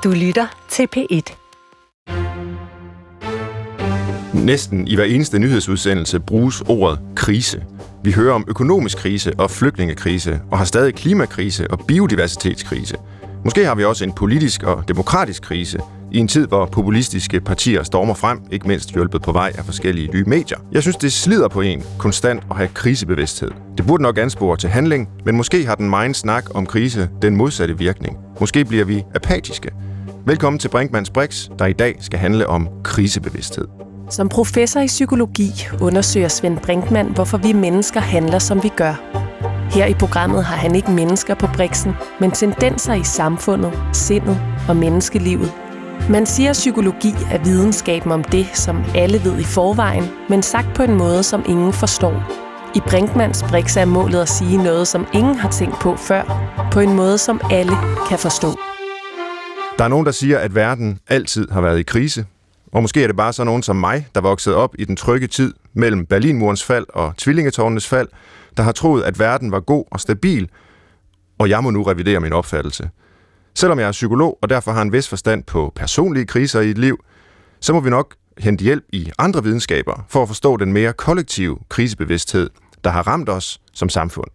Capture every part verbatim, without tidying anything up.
Du lytter til P et. Næsten i hver eneste nyhedsudsendelse bruges ordet krise. Vi hører om økonomisk krise og flygtningekrise, og har stadig klimakrise og biodiversitetskrise. Måske har vi også en politisk og demokratisk krise, i en tid, hvor populistiske partier stormer frem, ikke mindst hjulpet på vej af forskellige nye medier. Jeg synes, det slider på en konstant at have krisebevidsthed. Det burde nok anspore til handling, men måske har den megen snak om krise den modsatte virkning. Måske bliver vi apatiske. Velkommen til Brinkmanns Brix, der i dag skal handle om krisebevidsthed. Som professor i psykologi undersøger Svend Brinkmann, hvorfor vi mennesker handler, som vi gør. Her i programmet har han ikke mennesker på briksen, men tendenser i samfundet, sindet og menneskelivet. Man siger, at psykologi er videnskaben om det, som alle ved i forvejen, men sagt på en måde, som ingen forstår. I Brinkmanns Brix er målet at sige noget, som ingen har tænkt på før, på en måde, som alle kan forstå. Der er nogen, der siger, at verden altid har været i krise. Og måske er det bare sådan nogen som mig, der voksede op i den trygge tid mellem Berlinmurens fald og tvillingetårnenes fald, der har troet, at verden var god og stabil, og jeg må nu revidere min opfattelse. Selvom jeg er psykolog og derfor har en vis forstand på personlige kriser i et liv, så må vi nok hente hjælp i andre videnskaber for at forstå den mere kollektive krisebevidsthed, der har ramt os som samfund.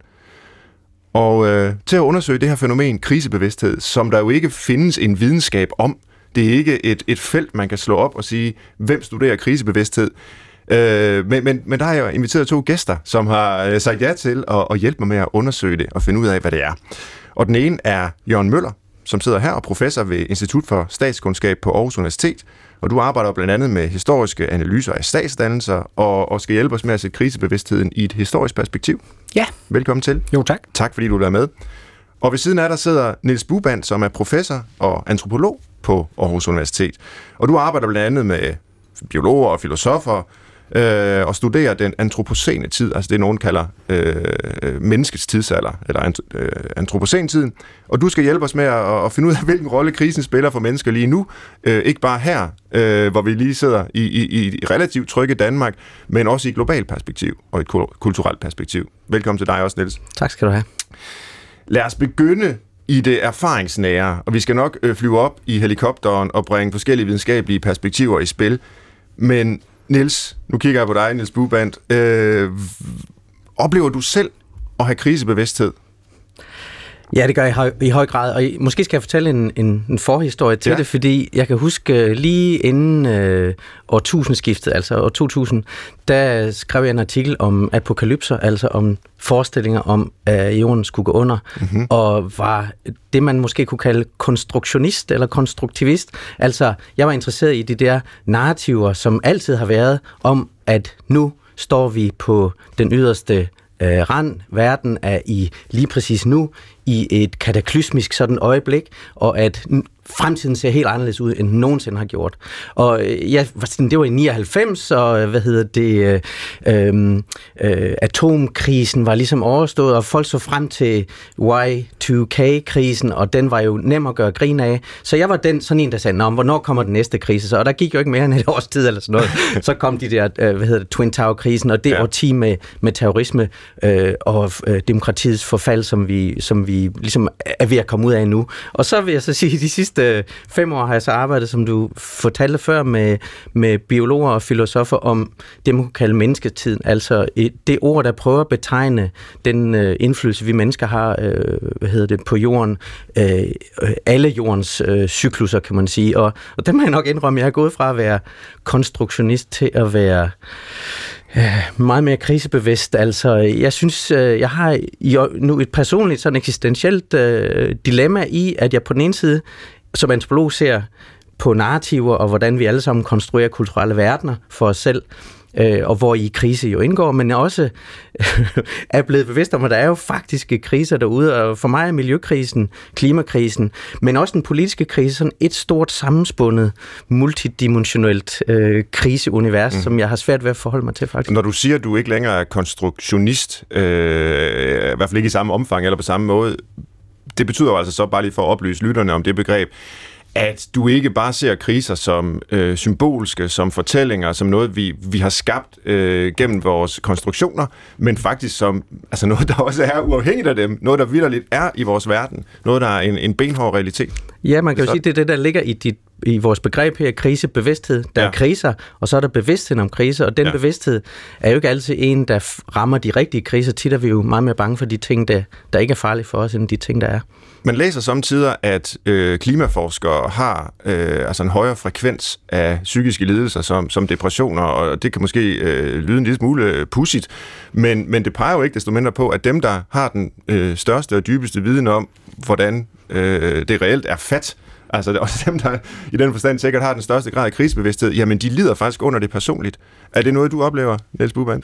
Og øh, til at undersøge det her fænomen krisebevidsthed, som der jo ikke findes en videnskab om, det er ikke et, et felt, man kan slå op og sige, hvem studerer krisebevidsthed. Øh, men, men, men der har jeg inviteret to gæster, som har øh, sagt ja til at, at hjælpe mig med at undersøge det og finde ud af, hvad det er. Og den ene er Jørgen Møller, som sidder her og professor ved Institut for Statskundskab på Aarhus Universitet. Og du arbejder blandt andet med historiske analyser af statsdannelser og, og skal hjælpe os med at sætte krisebevidstheden i et historisk perspektiv. Ja. Velkommen til. Jo, tak. Tak fordi du er med. Og ved siden af der sidder Niels Bubandt, som er professor og antropolog på Aarhus Universitet. Og du arbejder blandt andet med biologer og filosofer øh, og studerer den antropocene tid, altså det nogen kalder øh, menneskets tidsalder, eller øh, antropocentiden. Og du skal hjælpe os med at, at finde ud af, hvilken rolle krisen spiller for mennesker lige nu. Øh, ikke bare her, øh, hvor vi lige sidder i, i, i relativt trygge Danmark, men også i et globalt perspektiv og et kulturelt perspektiv. Velkommen til dig også, Niels. Tak skal du have. Lad os begynde i det erfaringsnære, og vi skal nok øh, flyve op i helikopteren og bringe forskellige videnskabelige perspektiver i spil. Men Niels, nu kigger jeg på dig, Niels Bubandt. Øh, oplever du selv at have krisebevidsthed? Ja, det gør jeg i høj, i høj grad, og måske skal jeg fortælle en, en, en forhistorie til ja. det, fordi jeg kan huske lige inden øh, årtusindskiftet, altså år to tusind, der skrev jeg en artikel om apokalypser, altså om forestillinger om, at jorden skulle gå under, mm-hmm. og var det, man måske kunne kalde konstruktionist eller konstruktivist. Altså, jeg var interesseret i de der narrativer, som altid har været om, at nu står vi på den yderste øh, rand. Verden er i lige præcis nu i et kataklysmisk sådan øjeblik, og at fremtiden ser helt anderledes ud, end nogensinde har gjort. Og ja, det var i nioghalvfems, og hvad hedder det, øh, øh, atomkrisen var ligesom overstået, og folk så frem til Y to K-krisen, og den var jo nem at gøre grin af. Så jeg var den sådan en, der sagde, nå, hvornår kommer den næste krise? Så, og der gik jo ikke mere end et års tid eller sådan noget. Så kom de der, øh, hvad hedder det, Twin Tower-krisen, og det ja. årti med, med terrorisme øh, og øh, demokratiets forfald, som vi, som vi ligesom er ved at komme ud af nu. Og så vil jeg så sige, de sidste fem år har jeg så arbejdet, som du fortalte før, med, med biologer og filosofer om det, man kan kalde mennesketiden. Altså det ord, der prøver at betegne den øh, indflydelse, vi mennesker har øh, hvad hedder det, på jorden. Øh, alle jordens øh, cykluser, kan man sige. Og, og der må jeg nok indrømme, at jeg er gået fra at være konstruktionist til at være meget mere krisebevidst. Altså, jeg synes, jeg har nu et personligt, sådan eksistentielt uh, dilemma i, at jeg på den ene side, som antropolog, ser på narrativer, og hvordan vi alle sammen konstruerer kulturelle verdener for os selv, øh, og hvor i krise jo indgår, men også er blevet bevidst om, at der er jo faktiske kriser derude, og for mig er miljøkrisen, klimakrisen, men også den politiske krise, sådan et stort sammenspundet, multidimensionelt øh, kriseunivers, mm. som jeg har svært ved at forholde mig til, faktisk. Når du siger, at du ikke længere er konstruktionist, øh, i hvert fald ikke i samme omfang eller på samme måde, det betyder jo altså så, bare lige for at oplyse lytterne om det begreb, at du ikke bare ser kriser som øh, symbolske, som fortællinger, som noget, vi, vi har skabt øh, gennem vores konstruktioner, men faktisk som altså noget, der også er uafhængigt af dem, noget, der vitterligt er i vores verden, noget, der er en, en benhård realitet. Ja, man kan jo sige, det er det, der ligger i dit i vores begreb her, krisebevidsthed. Der ja. er kriser, og så er der bevidsthed om kriser, og den ja. bevidsthed er jo ikke altid en, der rammer de rigtige kriser. Tit er vi jo meget mere bange for de ting, der, der ikke er farlige for os, end de ting, der er. Man læser samtidig, at øh, klimaforskere har øh, altså en højere frekvens af psykiske lidelser, som, som depressioner, og det kan måske øh, lyde en lille smule pudsigt, men, men det peger jo ikke desto mindre på, at dem, der har den øh, største og dybeste viden om, hvordan øh, det reelt er fat, altså også dem, der i den forstand sikkert har den største grad af krisebevidsthed, jamen de lider faktisk under det personligt. Er det noget, du oplever, Niels Bubandt?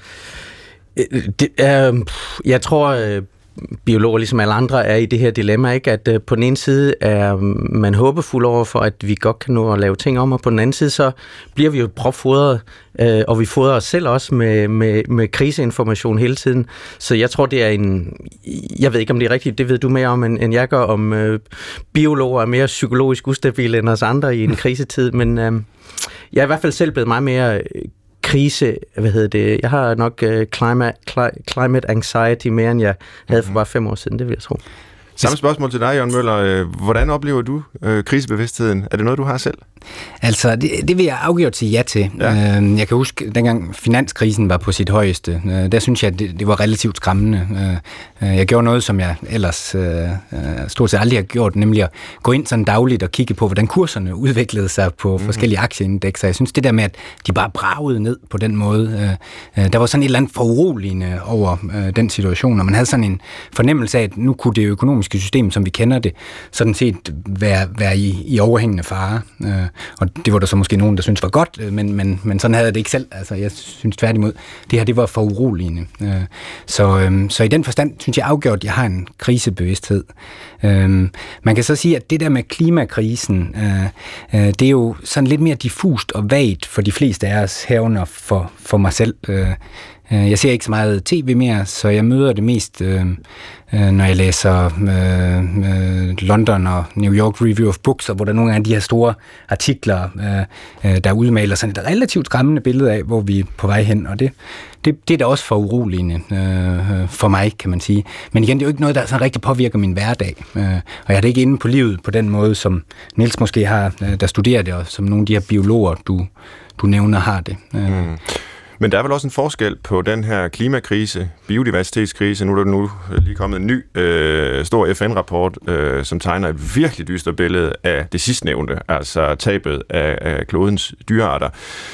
Det er, jeg tror, biologer ligesom alle andre er i det her dilemma, ikke? At uh, på den ene side er man håbefuld over for, at vi godt kan nå at lave ting om, og på den anden side så bliver vi jo propfodret, uh, og vi fodrer os selv også med, med, med kriseinformation hele tiden. Så jeg tror, det er en... Jeg ved ikke, om det er rigtigt, det ved du mere om, end, end jeg gør, om uh, biologer er mere psykologisk ustabile end os andre i en krisetid, men uh, jeg er i hvert fald selv blevet meget mere... krise, hvad hedder det, jeg har nok uh, climate, cli- climate anxiety mere, end jeg havde for bare fem år siden, det vil jeg tro. Samme spørgsmål til dig, Jørgen Møller. Hvordan oplever du øh, krisebevidstheden? Er det noget, du har selv? Altså, det, det vil jeg afgjort sige ja til. Ja. Øh, jeg kan huske, dengang finanskrisen var på sit højeste, øh, der synes jeg, det, det var relativt skræmmende. Øh, jeg gjorde noget, som jeg ellers øh, stort set aldrig har gjort, nemlig at gå ind sådan dagligt og kigge på, hvordan kurserne udviklede sig på mm-hmm. forskellige aktieindekser. Jeg synes, det der med, at de bare bragede ned på den måde, øh, der var sådan et eller andet foruroligende over øh, den situation, og man havde sådan en fornemmelse af, at nu kunne det økonomiske system, som vi kender det, sådan set være, være i, i overhængende fare. Øh, og det var der så måske nogen, der synes var godt, men, men, men sådan havde jeg det ikke selv. Altså, jeg synes tværtimod, det her, det var for uroligende. Øh, så, øh, så i den forstand, synes jeg afgjort, at jeg har en krisebevidsthed. Øh, man kan så sige, at det der med klimakrisen, øh, øh, det er jo sådan lidt mere diffust og vagt for de fleste af os herunder for, for mig selv. Øh, Jeg ser ikke så meget tv mere, så jeg møder det mest, øh, når jeg læser øh, øh, London og New York Review of Books, hvor der er nogle af de her store artikler, øh, der udmaler sådan et relativt skræmmende billede af, hvor vi er på vej hen, og det, det, det er da også for uroligende øh, for mig, kan man sige. Men igen, det er jo ikke noget, der sådan rigtig påvirker min hverdag, øh, og jeg er da ikke inde på livet på den måde, som Niels måske har, der studerer det, og som nogle af de her biologer, du, du nævner, har det. Øh. Mm. Men der er vel også en forskel på den her klimakrise, biodiversitetskrise. Nu er der nu lige kommet en ny øh, stor F N-rapport, øh, som tegner et virkelig dystert billede af det sidstnævnte, altså tabet af, af klodens dyrearter.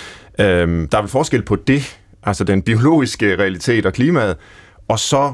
Øh, der er vel forskel på det, altså den biologiske realitet og klimaet, og så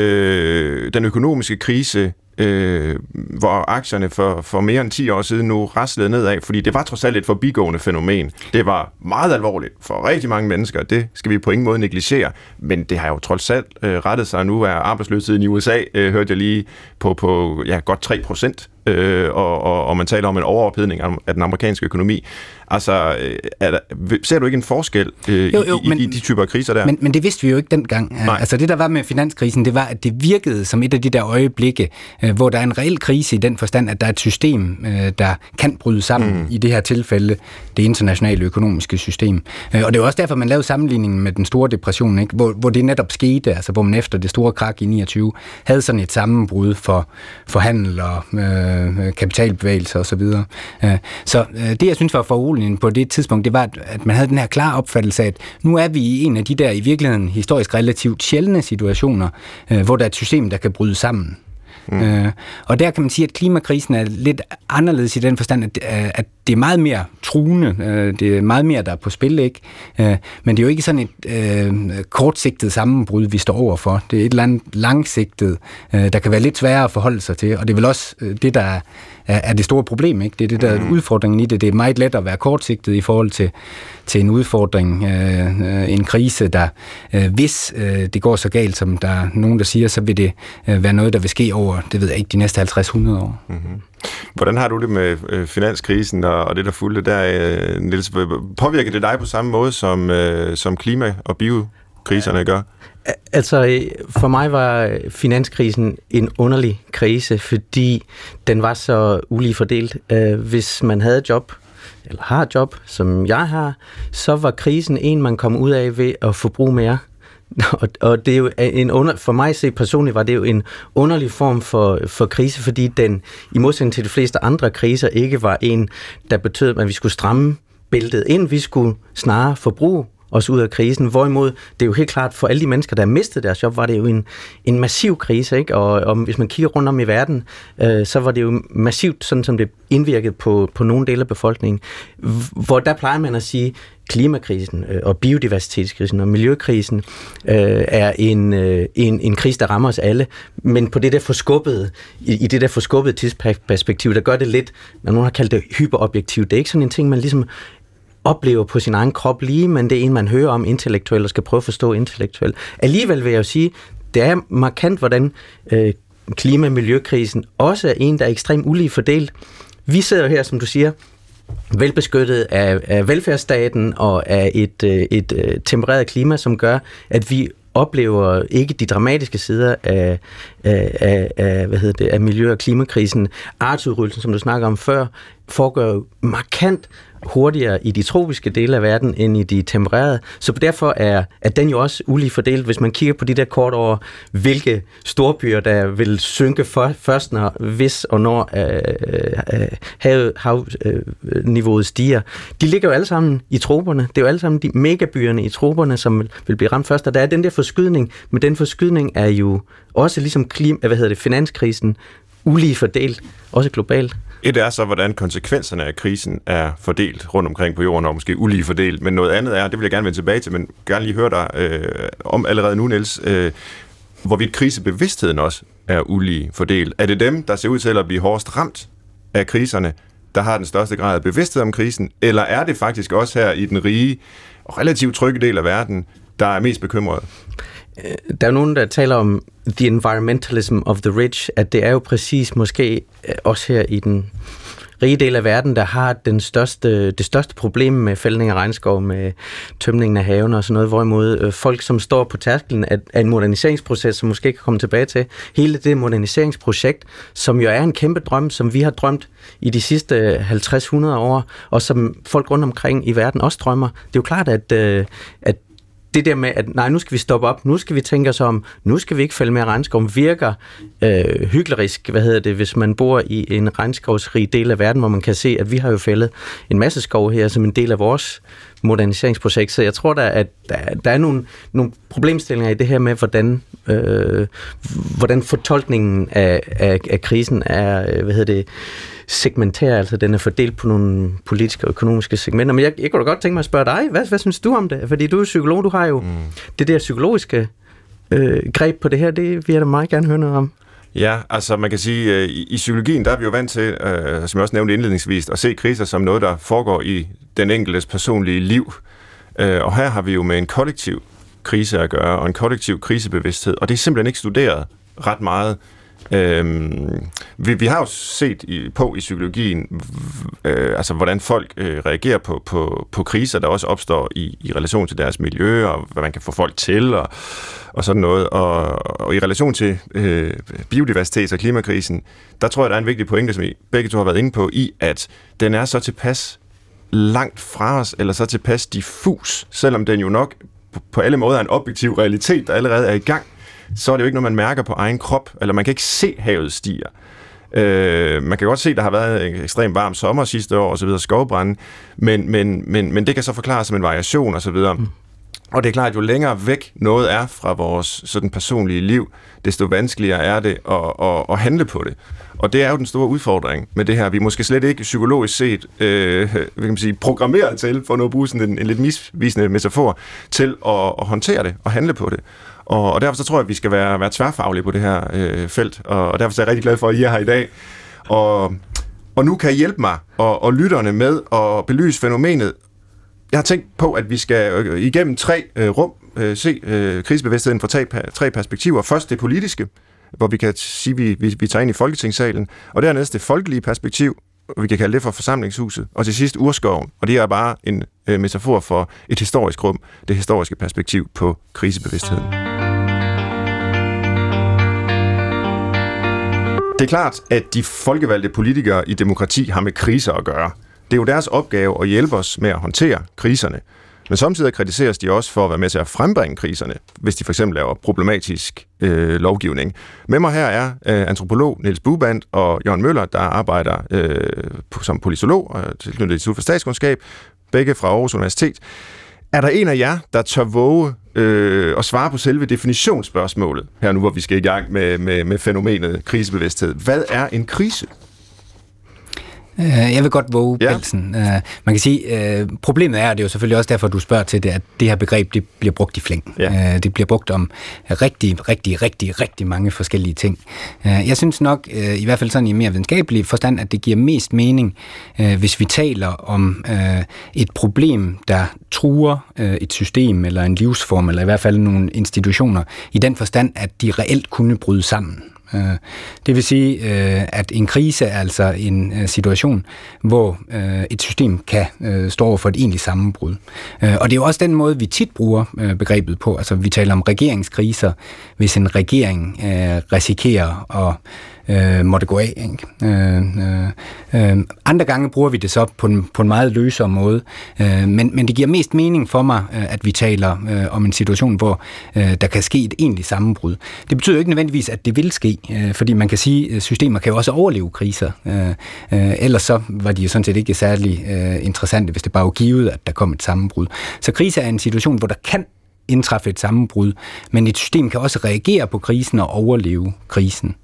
øh, den økonomiske krise, Øh, hvor aktierne for, for mere end ti år siden nu raslede nedad, fordi det var trods alt et forbigående fænomen. Det var meget alvorligt for rigtig mange mennesker, det skal vi på ingen måde negligere, men det har jo trods alt øh, rettet sig. Nu er arbejdsløsheden i U S A, øh, hørte jeg lige, på, på ja, godt tre procent, øh, og, og, og man taler om en overophedning af den amerikanske økonomi. Altså, er der, ser du ikke en forskel øh, jo, jo, i, men, i de typer af kriser der? Men, men det vidste vi jo ikke dengang. Nej. Altså det, der var med finanskrisen, det var, at det virkede som et af de der øjeblikke, øh, hvor der er en reel krise i den forstand, at der er et system, øh, der kan bryde sammen, mm. i det her tilfælde, det internationale økonomiske system. Øh, og det er også derfor, man lavede sammenligningen med den store depression, ikke? Hvor, hvor det netop skete, altså hvor man efter det store krak i niogtyve, havde sådan et sammenbrud for, for handel og øh, kapitalbevægelser osv. Øh, så øh, det, jeg synes var for uroligt på det tidspunkt, det var, at man havde den her klare opfattelse af, at nu er vi i en af de der i virkeligheden historisk relativt sjældne situationer, øh, hvor der er et system, der kan bryde sammen. Mm. Øh, og der kan man sige, at klimakrisen er lidt anderledes i den forstand, at, at det er meget mere truende, øh, det er meget mere, der er på spil, ikke? Øh, men det er jo ikke sådan et øh, kortsigtet sammenbrud, vi står overfor. Det er et eller andet langsigtet, øh, der kan være lidt sværere at forholde sig til, og det er vel også øh, det, der er, er det store problem, ikke? Det er det, der er udfordringen i det. Det er meget let at være kortsigtet i forhold til, til en udfordring, øh, en krise, der øh, hvis øh, det går så galt, som der er nogen, der siger, så vil det øh, være noget, der vil ske over, det ved jeg ikke, de næste halvtreds til hundrede år. Mm-hmm. Hvordan har du det med øh, finanskrisen og, og det, der fulgte der, øh, Niels? Påvirker det dig på samme måde, som, øh, som klima- og biokriserne gør? Altså, for mig var finanskrisen en underlig krise, fordi den var så ulige fordelt. Hvis man havde job, eller har job, som jeg har, så var krisen en, man kom ud af ved at forbruge mere. Og, og det er jo en under, for mig set personligt var det jo en underlig form for, for krise, fordi den i modsætning til de fleste andre kriser ikke var en, der betød, at vi skulle stramme bæltet ind, vi skulle snarere forbruge os ud af krisen, hvorimod det er jo helt klart for alle de mennesker, der mistede deres job, var det jo en, en massiv krise, ikke? Og, og hvis man kigger rundt om i verden, øh, så var det jo massivt, sådan som det indvirkede på, på nogle dele af befolkningen, hvor der plejer man at sige, klimakrisen øh, og biodiversitetskrisen og miljøkrisen øh, er en, øh, en, en krise, der rammer os alle, men på det der forskubbede, i, i det der forskubbede tidsperspektiv, der gør det lidt, når nogen har kaldt det hyperobjektivt, det er ikke sådan en ting, man ligesom oplever på sin egen krop lige, men det er en, man hører om intellektuelt og skal prøve at forstå intellektuelt. Alligevel vil jeg jo sige, det er markant, hvordan øh, klima- og miljøkrisen også er en, der er ekstremt ulige fordelt. Vi sidder her, som du siger, velbeskyttet af, af velfærdsstaten og af et, et, et tempereret klima, som gør, at vi oplever ikke de dramatiske sider af, af, af, hvad hedder det, af miljø- og klimakrisen. Artsudryddelsen, som du snakker om før, foregår jo markant hurtigere i de tropiske dele af verden end i de tempererede. Så derfor er, er den jo også ulige fordelt, hvis man kigger på de der kort over, hvilke storbyer, der vil synke for, først, når, hvis og når øh, øh, havniveauet øh, stiger. De ligger jo alle sammen i troperne. Det er jo alle sammen de megabyerne i troperne, som vil blive ramt først. Og der er den der forskydning, men den forskydning er jo også ligesom klim, hvad hedder det, finanskrisen, ulige fordelt, også globalt. Et er så, hvordan konsekvenserne af krisen er fordelt rundt omkring på jorden, og måske ulige fordelt, men noget andet er, det vil jeg gerne vende tilbage til, men gerne lige høre dig øh, om allerede nu, Niels, øh, hvorvidt krisebevidstheden også er ulige fordelt. Er det dem, der ser ud til at blive hårdest ramt af kriserne, der har den største grad af bevidsthed om krisen, eller er det faktisk også her i den rige og relativt trygge del af verden, der er mest bekymret? Der er nogen, der taler om the environmentalism of the rich, at det er jo præcis måske også her i den rige del af verden, der har den største, det største problem med fældning af regnskov, med tømningen af havene og sådan noget, hvorimod folk, som står på tærsklen af, af en moderniseringsproces, som måske kan komme tilbage til, hele det moderniseringsprojekt, som jo er en kæmpe drøm, som vi har drømt i de sidste halvtreds til hundrede år, og som folk rundt omkring i verden også drømmer. Det er jo klart, at, at det der med, at nej, nu skal vi stoppe op, nu skal vi tænke os om, nu skal vi ikke fælde mere regnskov, virker øh, hyklerisk, hvad hedder det, hvis man bor i en regnskovsrig del af verden, hvor man kan se, at vi har jo fældet en masse skov her som en del af vores moderniseringsprojekt. Så jeg tror da, at der, der er nogle, nogle problemstillinger i det her med, hvordan, øh, hvordan fortolkningen af, af, af krisen er, hvad hedder det, segmenteret, altså den er fordelt på nogle politiske og økonomiske segmenter. Men jeg, jeg kunne da godt tænke mig at spørge dig, hvad, hvad synes du om det? Fordi du er psykolog, du har jo mm. det der psykologiske øh, greb på det her, det vil jeg da meget gerne høre noget om. Ja, altså man kan sige, at i psykologien, der er vi jo vant til, øh, som jeg også nævnte indledningsvis, at se kriser som noget, der foregår i den enkeltes personlige liv. Øh, og her har vi jo med en kollektiv krise at gøre, og en kollektiv krisebevidsthed, og det er simpelthen ikke studeret ret meget. Øhm, vi, vi har jo set i, på i psykologien, øh, altså hvordan folk øh, reagerer på, på, på kriser, der også opstår i, i relation til deres miljø, og hvad man kan få folk til, og, og sådan noget. Og, og i relation til øh, biodiversitets- og klimakrisen, der tror jeg, der er en vigtig pointe, som I begge to har været inde på, i at den er så tilpas langt fra os, eller så tilpas diffus, selvom den jo nok på, på alle måder er en objektiv realitet, der allerede er i gang, så er det jo ikke noget, man mærker på egen krop, eller man kan ikke se havet stiger. Øh, man kan godt se, at der har været en ekstremt varm sommer sidste år, og så videre, skovbrænde, men, men, men, men det kan så forklares som en variation, og så videre. Mm. Og det er klart, at jo længere væk noget er fra vores sådan personlige liv, desto vanskeligere er det at, at, at handle på det. Og det er jo den store udfordring med det her. Vi er måske slet ikke psykologisk set øh, hvad kan man sige, programmeret til, for nu at bruge sådan en, en lidt misvisende metafor, til at, at håndtere det og handle på det. Og, og derfor så tror jeg, at vi skal være, være tværfaglige på det her øh, felt, og, og derfor er jeg rigtig glad for, at I er her i dag. Og, og nu kan I hjælpe mig og, og lytterne med at belyse fænomenet. Jeg har tænkt på, at vi skal øh, igennem tre øh, rum øh, se øh, krisebevidstheden fra tre, tre perspektiver. Først det politiske, hvor vi kan sige, at vi, vi, vi tager ind i Folketingssalen, og dernæst det folkelige perspektiv, og vi kan kalde det for forsamlingshuset, og til sidst urskoven, og det er bare en øh, metafor for et historisk rum, det historiske perspektiv på krisebevidstheden. Det er klart, at de folkevalgte politikere i demokrati har med kriser at gøre. Det er jo deres opgave at hjælpe os med at håndtere kriserne. Men samtidig kritiseres de også for at være med til at frembringe kriserne, hvis de for eksempel laver problematisk øh, lovgivning. Med mig her er øh, antropolog Niels Bubandt og Jørgen Møller, der arbejder øh, som politolog og tilknyttet Institut for Statskundskab, begge fra Aarhus Universitet. Er der en af jer, der tør våge øh, at svare på selve definitionsspørgsmålet, her nu hvor vi skal i gang med, med, med fænomenet krisebevidsthed? Hvad er en krise? Jeg vil godt våge ja. pelsen. Man kan sige, problemet er, og det er jo selvfølgelig også derfor, du spørger til det, at det her begreb, det bliver brugt i flæng. Ja. Det bliver brugt om rigtig, rigtig, rigtig, rigtig mange forskellige ting. Jeg synes nok, i hvert fald sådan i mere videnskabelig forstand, at det giver mest mening, hvis vi taler om et problem, der truer et system eller en livsform, eller i hvert fald nogle institutioner, i den forstand, at de reelt kunne bryde sammen. Det vil sige, at en krise er altså en situation, hvor et system kan stå over for et egentligt sammenbrud. Og det er jo også den måde, vi tit bruger begrebet på. Altså, vi taler om regeringskriser, hvis en regering risikerer at øh, måtte gå af. Ikke? Øh, øh, andre gange bruger vi det så på en, på en meget løsere måde, øh, men, men det giver mest mening for mig, øh, at vi taler øh, om en situation, hvor øh, der kan ske et egentligt sammenbrud. Det betyder jo ikke nødvendigvis, at det vil ske, øh, fordi man kan sige, at systemer kan jo også overleve kriser. Øh, øh, ellers så var de jo sådan set ikke særlig øh, interessante, hvis det bare var givet, at der kom et sammenbrud. Så krise er en situation, hvor der kan indtræffe et sammenbrud, men et system kan også reagere på krisen og overleve krisen.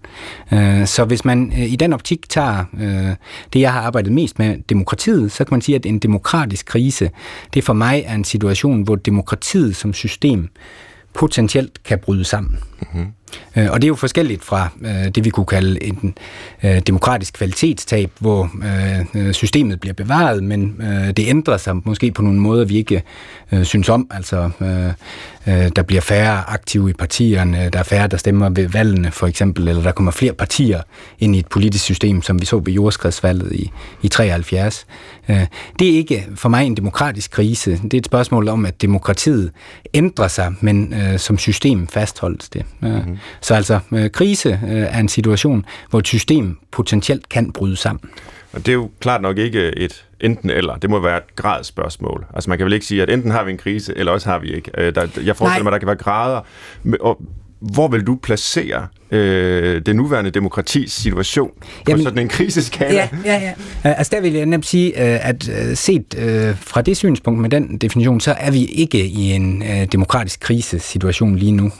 Så hvis man i den optik tager det, jeg har arbejdet mest med, demokratiet, så kan man sige, at en demokratisk krise, det for mig er en situation, hvor demokratiet som system potentielt kan bryde sammen. Mm-hmm. Og det er jo forskelligt fra øh, det, vi kunne kalde en øh, demokratisk kvalitetstab, hvor øh, systemet bliver bevaret, men øh, det ændrer sig måske på nogle måder, vi ikke øh, synes om. Altså, øh, øh, der bliver færre aktive i partierne, der er færre, der stemmer ved valgene, for eksempel, eller der kommer flere partier ind i et politisk system, som vi så ved jordskredsvalget i, i treoghalvfjerds. Øh, det er ikke for mig en demokratisk krise. Det er et spørgsmål om, at demokratiet ændrer sig, men øh, som system fastholdes det. Mm-hmm. Så altså, øh, krise øh, er en situation, hvor et system potentielt kan bryde sammen. Og det er jo klart nok ikke et enten eller. Det må være et gradsspørgsmål. Altså man kan vel ikke sige, at enten har vi en krise, eller også har vi ikke. Øh, der, jeg forestiller mig, at der kan være grader. Og hvor vil du placere øh, det nuværende demokratis situation på Jamen, sådan en kriseskala? Ja, ja, ja. Altså der vil jeg nemt sige, at set fra det synspunkt med den definition, så er vi ikke i en demokratisk krisesituation lige nu.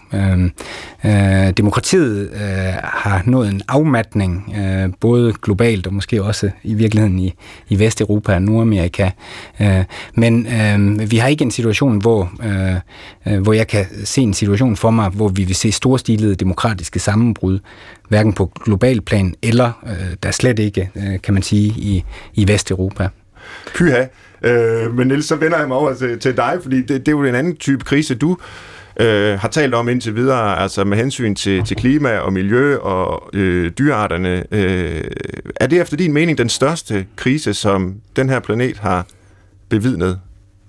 Demokratiet har nået en afmatning, både globalt og måske også i virkeligheden i, i Vesteuropa og Nordamerika. Men vi har ikke en situation, hvor, hvor jeg kan se en situation for mig, hvor vi vil se storstilede demokratiske sammenbrud, hverken på global plan, eller øh, der slet ikke, øh, kan man sige, i, i Vesteuropa. Pyha. Øh, men Niels, så vender jeg mig over til, til dig, fordi det, det er jo en anden type krise, du øh, har talt om indtil videre, altså med hensyn til, til klima og miljø og øh, dyrearterne. Øh, er det efter din mening den største krise, som den her planet har bevidnet?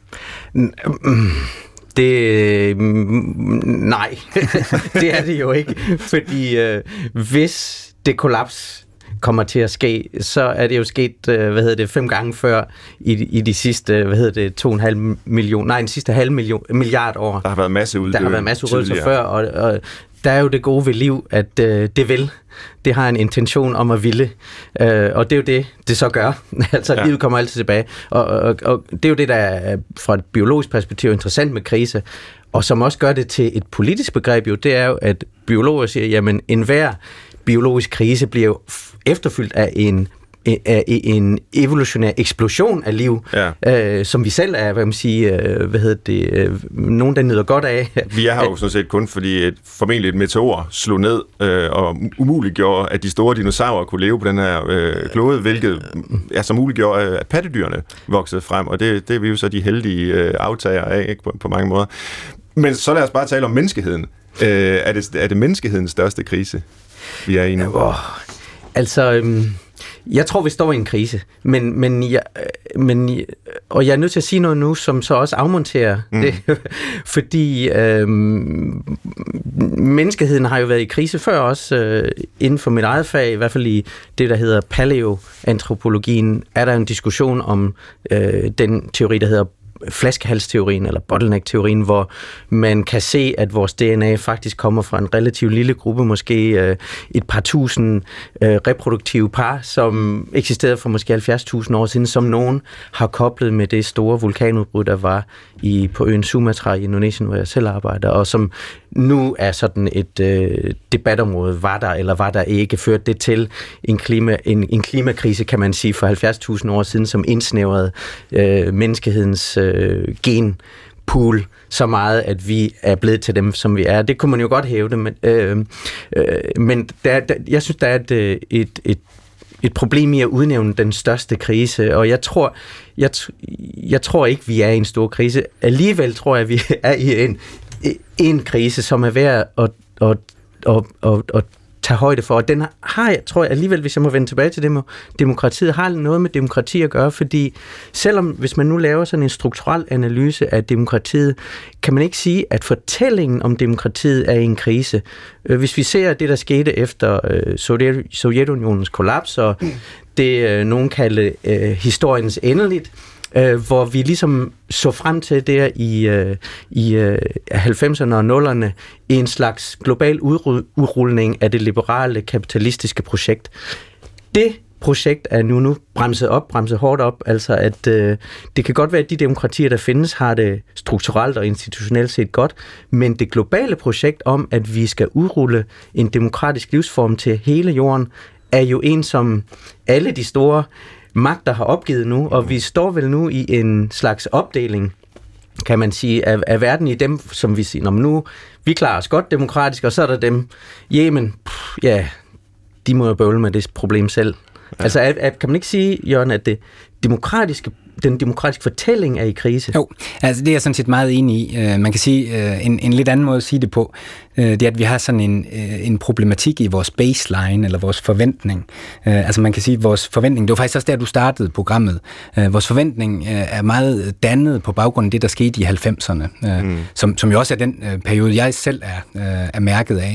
Det, nej, det er det jo ikke, fordi øh, hvis det kollaps kommer til at ske, så er det jo sket, øh, hvad hedder det, fem gange før i, i de sidste, hvad hedder det, to og en halv million, nej, den sidste halv million, milliard år. Der har været masse uddød. Der har været masse udryddelser før, og, og der er jo det gode ved liv, at øh, det vil. Det har en intention om at ville, øh, og det er jo det, det så gør. altså, ja. Livet kommer altid tilbage. Og, og, og det er jo det, der er fra et biologisk perspektiv interessant med krise, og som også gør det til et politisk begreb, jo, det er jo, at biologer siger, jamen, enhver biologisk krise bliver jo efterfyldt af en af en evolutionær eksplosion af liv, ja. øh, som vi selv er, hvad man siger, øh, hvad hedder det, øh, nogen, der nyder godt af. Vi er her jo sådan set kun fordi et, formentlig et meteor slog ned øh, og umuliggjorde, at de store dinosaurer kunne leve på den her øh, klode, hvilket ja, som muliggjorde, at pattedyrene voksede frem, og det, det er vi jo så de heldige øh, aftager af, ikke, på, på mange måder. Men så lad os bare tale om menneskeheden. Øh, er, det, er det menneskehedens største krise, vi er i nu? Oh, altså... Øhm Jeg tror, vi står i en krise, men, men, jeg, men og jeg er nødt til at sige noget nu, som så også afmonterer mm. det, fordi øhm, menneskeheden har jo været i krise før også, øh, inden for mit eget fag, i hvert fald i det, der hedder paleoantropologien, er der en diskussion om øh, den teori, der hedder flaskehalsteorien eller bottleneck-teorien, hvor man kan se, at vores D N A faktisk kommer fra en relativt lille gruppe, måske øh, et par tusind øh, reproduktive par, som eksisterede for måske halvfjerds tusind år siden, som nogen har koblet med det store vulkanudbrud, der var i, på øen Sumatra i Indonesien, hvor jeg selv arbejder, og som nu er sådan et øh, debatområde, var der eller var der ikke, ført det til en, klima, en, en klimakrise, kan man sige, for halvfjerds tusind år siden, som indsnævrede øh, menneskehedens øh, genpool så meget, at vi er blevet til dem, som vi er. Det kunne man jo godt hævde, men, øh, øh, men der, der, jeg synes, der er et, et, et et problem i at udnævne den største krise, og jeg tror, jeg, jeg tror ikke, vi er i en stor krise. Alligevel tror jeg, vi er i en, en krise, som er værd at, at, at, at, at tage højde for. Og den har jeg, tror jeg alligevel, hvis jeg må vende tilbage til det med demokratiet, har noget med demokrati at gøre, fordi selvom, hvis man nu laver sådan en strukturel analyse af demokratiet, kan man ikke sige, at fortællingen om demokratiet er i en krise. Hvis vi ser det, der skete efter Sovjet, Sovjetunionens kollaps, og det nogen kalder øh, historiens endeligt, øh, hvor vi ligesom så frem til der i, øh, i øh, halvfemserne og nullerne i en slags global udrulning af det liberale kapitalistiske projekt. Det projekt er nu nu bremset op, bremset hårdt op, altså at øh, det kan godt være, at de demokratier, der findes, har det strukturelt og institutionelt set godt, men det globale projekt om, at vi skal udrulle en demokratisk livsform til hele jorden, er jo en, som alle de store magter har opgivet nu, og vi står vel nu i en slags opdeling, kan man sige, af, af verden i dem, som vi siger, nu, vi klarer os godt demokratisk, og så er der dem, Yemen, pff, ja, de må jo bøvle med det problem selv. Ja. Altså, at, at, kan man ikke sige, Jørgen, at det demokratiske, den demokratiske fortælling er i krise? Jo, altså det er jeg sådan set meget enig i. Man kan sige, en, en lidt anden måde at sige det på, det er, at vi har sådan en, en problematik i vores baseline, eller vores forventning. Altså man kan sige, at vores forventning, det var faktisk også der, du startede programmet. Vores forventning er meget dannet på baggrund af det, der skete i halvfemserne, mm. som, som jo også er den periode, jeg selv er, er mærket af.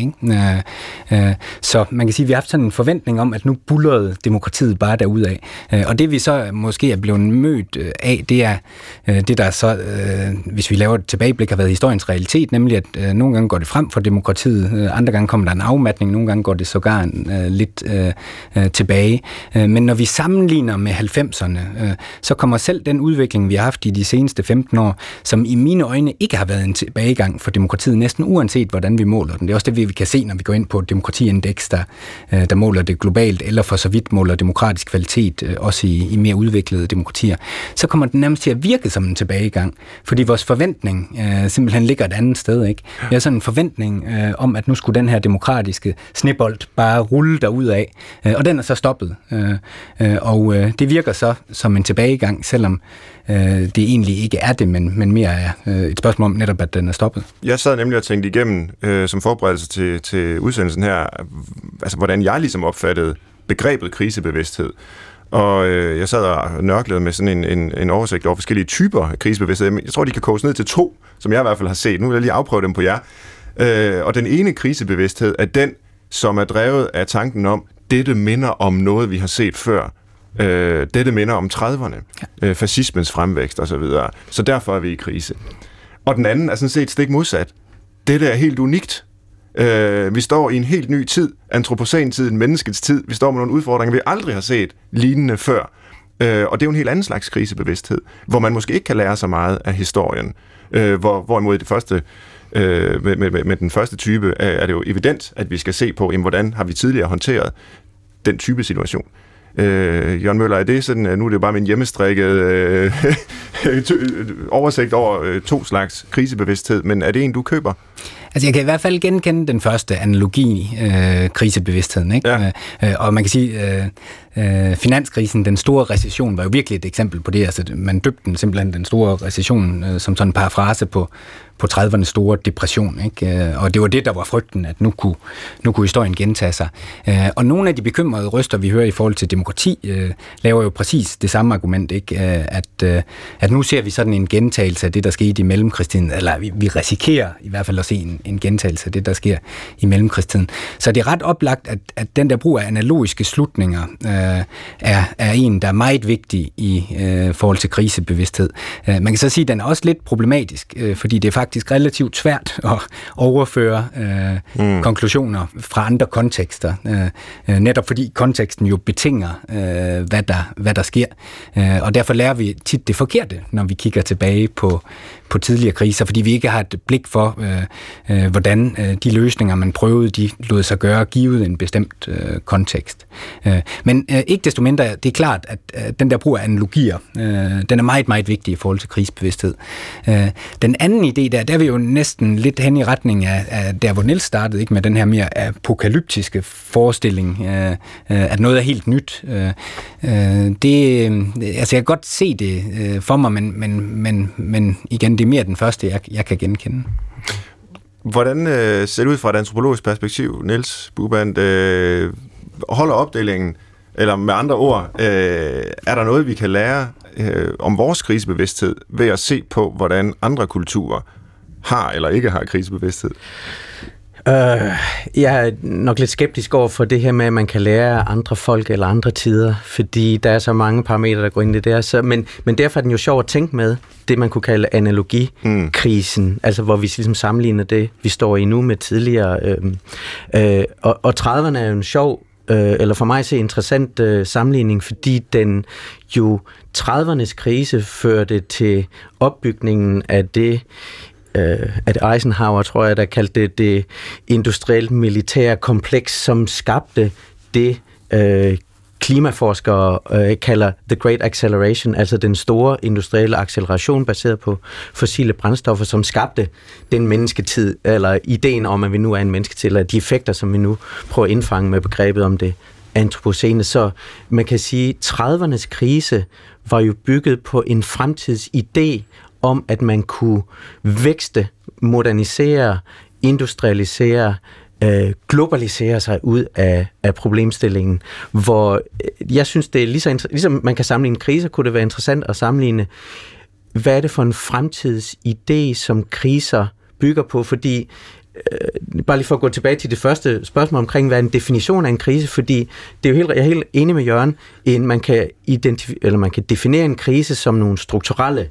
Ikke? Så man kan sige, at vi har haft sådan en forventning om, at nu bullerede demokratiet bare derudad. Og det vi så måske er blevet mødt af, det er det, der så, hvis vi laver et tilbageblik, har været historiens realitet, nemlig at nogle gange går det frem for demokratiet, andre gange kommer der en afmatning, nogle gange går det sågar uh, lidt uh, tilbage. Uh, men når vi sammenligner med halvfemserne, uh, så kommer selv den udvikling, vi har haft i de seneste femten år, som i mine øjne ikke har været en tilbagegang for demokratiet, næsten uanset hvordan vi måler den. Det er også det, vi kan se, når vi går ind på demokratiindeks, der, uh, der måler det globalt, eller for så vidt måler demokratisk kvalitet, uh, også i, i mere udviklede demokratier. Så kommer den nærmest til at virke som en tilbagegang, fordi vores forventning uh, simpelthen ligger et andet sted. Ikke? Vi har sådan en forventning Øh, om, at nu skulle den her demokratiske snebold bare rulle derudad, øh, og den er så stoppet. Øh, øh, og øh, det virker så som en tilbagegang, selvom øh, det egentlig ikke er det, men, men mere er øh, et spørgsmål om netop, at den er stoppet. Jeg sad nemlig og tænkte igennem, øh, som forberedelse til, til udsendelsen her, altså hvordan jeg ligesom opfattede begrebet krisebevidsthed. Og øh, jeg sad og nørklede med sådan en, en, en oversigt over forskellige typer af krisebevidsthed. Jeg tror, de kan koges ned til to, som jeg i hvert fald har set. Nu vil jeg lige afprøve dem på jer. Øh, og den ene krisebevidsthed er den, som er drevet af tanken om, dette minder om noget, vi har set før. Øh, dette minder om trediverne, øh, fascismens fremvækst osv. Så, så derfor er vi i krise. Og den anden er sådan set stik modsat. Dette er helt unikt. Øh, vi står i en helt ny tid, antropocæn-tiden, menneskets tid. Vi står med nogle udfordringer, vi aldrig har set lignende før. Øh, og det er jo en helt anden slags krisebevidsthed, hvor man måske ikke kan lære så meget af historien. Øh, hvor, hvorimod det første Øh, med, med, med den første type er, er det jo evident, at vi skal se på, jamen, hvordan har vi tidligere håndteret den type situation. Øh, Jørgen Møller, er det sådan, nu er det jo bare min hjemmestrikket øh, oversigt over øh, to slags krisebevidsthed, men er det en, du køber? Altså, jeg kan i hvert fald genkende den første analogi, øh, krisebevidstheden, ikke? Ja. Øh, og man kan sige, øh, Øh, finanskrisen, den store recession, var jo virkelig et eksempel på det. Altså, man døbte den simpelthen den store recession øh, som sådan en parafrase på, på tredivernes store depression. Ikke? Og det var det, der var frygten, at nu kunne, nu kunne historien gentage sig. Øh, og nogle af de bekymrede røster, vi hører i forhold til demokrati, øh, laver jo præcis det samme argument, ikke? At, øh, at nu ser vi sådan en gentagelse af det, der skete i mellemkrigstiden, eller vi, vi risikerer i hvert fald at se en, en gentagelse af det, der sker i mellemkrigstiden. Så det er ret oplagt, at, at den der brug af analogiske slutninger øh, er, er en, der er meget vigtig i øh, forhold til krisebevidsthed. Øh, man kan så sige, at den er også lidt problematisk, øh, fordi det er faktisk relativt svært at overføre øh, mm. konklusioner fra andre kontekster. Øh, netop fordi konteksten jo betinger, øh, hvad, der, hvad der sker. Øh, og derfor lærer vi tit det forkerte, når vi kigger tilbage på, på tidligere kriser, fordi vi ikke har et blik for, øh, øh, hvordan øh, de løsninger, man prøvede, de lod sig gøre, givet en bestemt øh, kontekst. Øh, men øh, ikke desto mindre, det er klart, at øh, den der brug af analogier, øh, den er meget, meget vigtig i forhold til krisebevidsthed. Øh, den anden idé der, der er vi jo næsten lidt hen i retning af, af der, hvor Niels startede, ikke, med den her mere apokalyptiske forestilling, øh, øh, at noget er helt nyt. Øh, øh, det, altså jeg kan godt se det øh, for mig, men, men, men, men igen, det er mere den første, jeg, jeg kan genkende. Hvordan øh, ser det ud fra et antropologisk perspektiv, Niels Bubandt? Øh, holder opdelingen, eller med andre ord, øh, er der noget, vi kan lære øh, om vores krisebevidsthed ved at se på, hvordan andre kulturer har eller ikke har krisebevidsthed? Uh, jeg er nok lidt skeptisk over for det her med, at man kan lære andre folk eller andre tider, fordi der er så mange parametre, der går ind i det der. Så, men, men derfor er den jo sjov at tænke med, det man kunne kalde analogikrisen, mm. altså hvor vi ligesom sammenligner det, vi står i nu med tidligere. Øh, øh, og, og trediverne er jo en sjov, øh, eller for mig at se interessant øh, sammenligning, fordi den jo tredivernes krise førte til opbygningen af det, at Eisenhower, tror jeg, der kaldte det det industrielt militære kompleks, som skabte det, øh, klimaforskere øh, kalder the great acceleration, altså den store industrielle acceleration baseret på fossile brændstoffer, som skabte den mennesketid, eller ideen om, at vi nu er en mennesketid, eller de effekter, som vi nu prøver at indfange med begrebet om det antropocene. Så man kan sige, at tredivernes krise var jo bygget på en fremtidsidé om, at man kunne vækste, modernisere, industrialisere, øh, globalisere sig ud af, af problemstillingen, hvor jeg synes, det er lige så inter- ligesom man kan sammenligne kriser, kunne det være interessant at sammenligne, hvad er det for en fremtidsidé, som kriser bygger på, fordi øh, bare lige for at gå tilbage til det første spørgsmål omkring, hvad er en definition af en krise, fordi det er jo helt, jeg er helt enig med Jørgen, en, man kan identif- eller man kan definere en krise som nogle strukturelle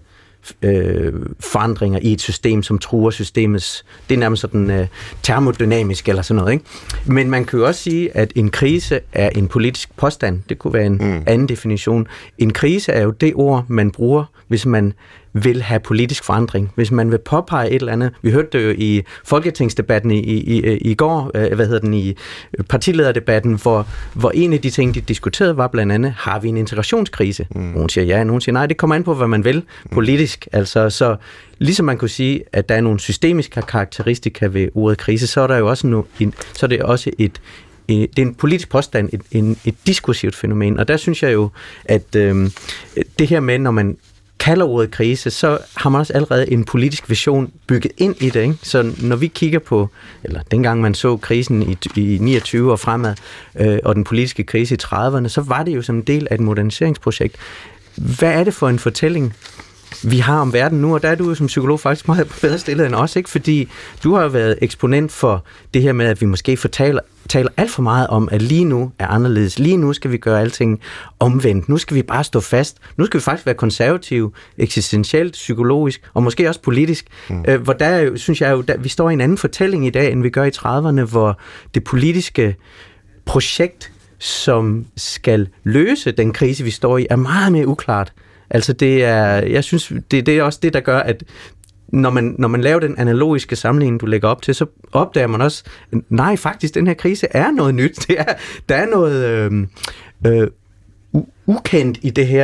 Øh, forandringer i et system, som truer systemets, det er nærmest sådan øh, termodynamisk eller sådan noget, ikke? Men man kan jo også sige, at en krise er en politisk påstand. Det kunne være en mm. anden definition. En krise er jo det ord, man bruger, hvis man vil have politisk forandring. Hvis man vil påpege et eller andet. Vi hørte det jo i folketingsdebatten i, i, i, i går, øh, hvad hedder den, i partilederdebatten, hvor, hvor en af de ting, de diskuterede, var blandt andet, har vi en integrationskrise? Mm. Nogen siger ja, nogen siger nej. Det kommer an på, hvad man vil politisk. Mm. Altså, så ligesom man kunne sige, at der er nogle systemiske karakteristika ved ordet krise, så er der jo også, no, en, så er det også et det er en politisk påstand, et, en, et diskursivt fænomen, og der synes jeg jo, at øh, det her med, når man kalder ordet krise, så har man også allerede en politisk vision bygget ind i det, ikke? Så når vi kigger på, eller dengang man så krisen i, i niogtyve og fremad, øh, og den politiske krise i trediverne, så var det jo som en del af et moderniseringsprojekt. Hvad er det for en fortælling, vi har om verden nu, og der er du jo som psykolog faktisk meget bedre stillet end os, ikke? Fordi du har jo været eksponent for det her med, at vi måske fortaler, taler alt for meget om, at lige nu er anderledes. Lige nu skal vi gøre alting omvendt. Nu skal vi bare stå fast. Nu skal vi faktisk være konservative, eksistentielt, psykologisk, og måske også politisk. Mm. Øh, hvor der jo, synes jeg jo, der, vi står i en anden fortælling i dag, end vi gør i trediverne, hvor det politiske projekt, som skal løse den krise, vi står i, er meget mere uklart. Altså det er, jeg synes, det, det er også det, der gør, at når man, når man laver den analogiske sammenligning, du lægger op til, så opdager man også, nej, faktisk, den her krise er noget nyt. Det er, der er noget øh, øh, u- ukendt i det her,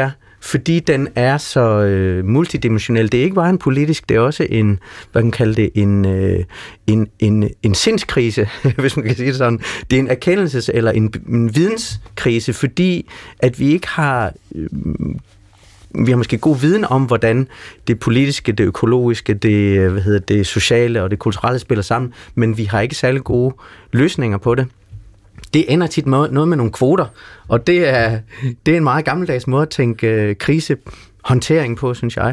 fordi den er så øh, multidimensionel. Det er ikke bare en politisk, det er også en, hvad kan man kalde det, en, øh, en, en, en sindskrise, hvis man kan sige det sådan. Det er en erkendelses- eller en, en videnskrise, fordi at vi ikke har... Øh, vi har måske god viden om, hvordan det politiske, det økologiske, det, hvad hedder det sociale og det kulturelle spiller sammen, men vi har ikke særlig gode løsninger på det. Det ender tit med noget med nogle kvoter, og det er, det er en meget gammeldags måde at tænke øh, krisehåndtering på, synes jeg.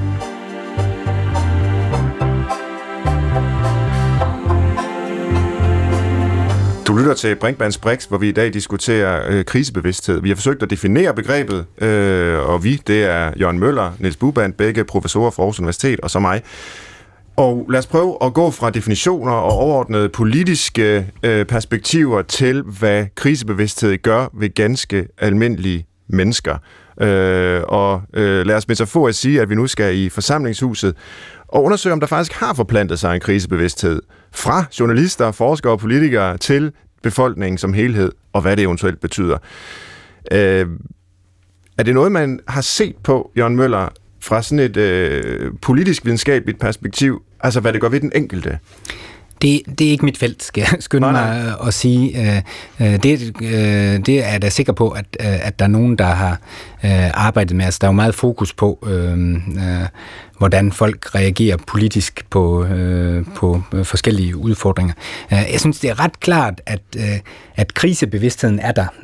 Du lytter til Brinkmanns Brix, hvor vi i dag diskuterer øh, krisebevidsthed. Vi har forsøgt at definere begrebet, øh, og vi, det er Jørgen Møller, Niels Bubandt, begge professorer fra Aarhus Universitet, og så mig. Og lad os prøve at gå fra definitioner og overordnede politiske øh, perspektiver til, hvad krisebevidsthed gør ved ganske almindelige mennesker. Øh, og øh, lad os metaforisk sige, at vi nu skal i forsamlingshuset og undersøge, om der faktisk har forplantet sig en krisebevidsthed fra journalister, forskere og politikere til befolkningen som helhed, og hvad det eventuelt betyder. Øh, er det noget, man har set på, Jørgen Møller, fra sådan et øh, politisk videnskabeligt perspektiv, altså hvad det gør ved den enkelte? Det, det er ikke mit felt, skal jeg skynde mig at sige. Det, det er jeg da sikker på, at, at der er nogen, der har arbejdet med. Altså, der er jo meget fokus på, øh, hvordan folk reagerer politisk på, øh, på forskellige udfordringer. Jeg synes, det er ret klart, at, at krisebevidstheden er der.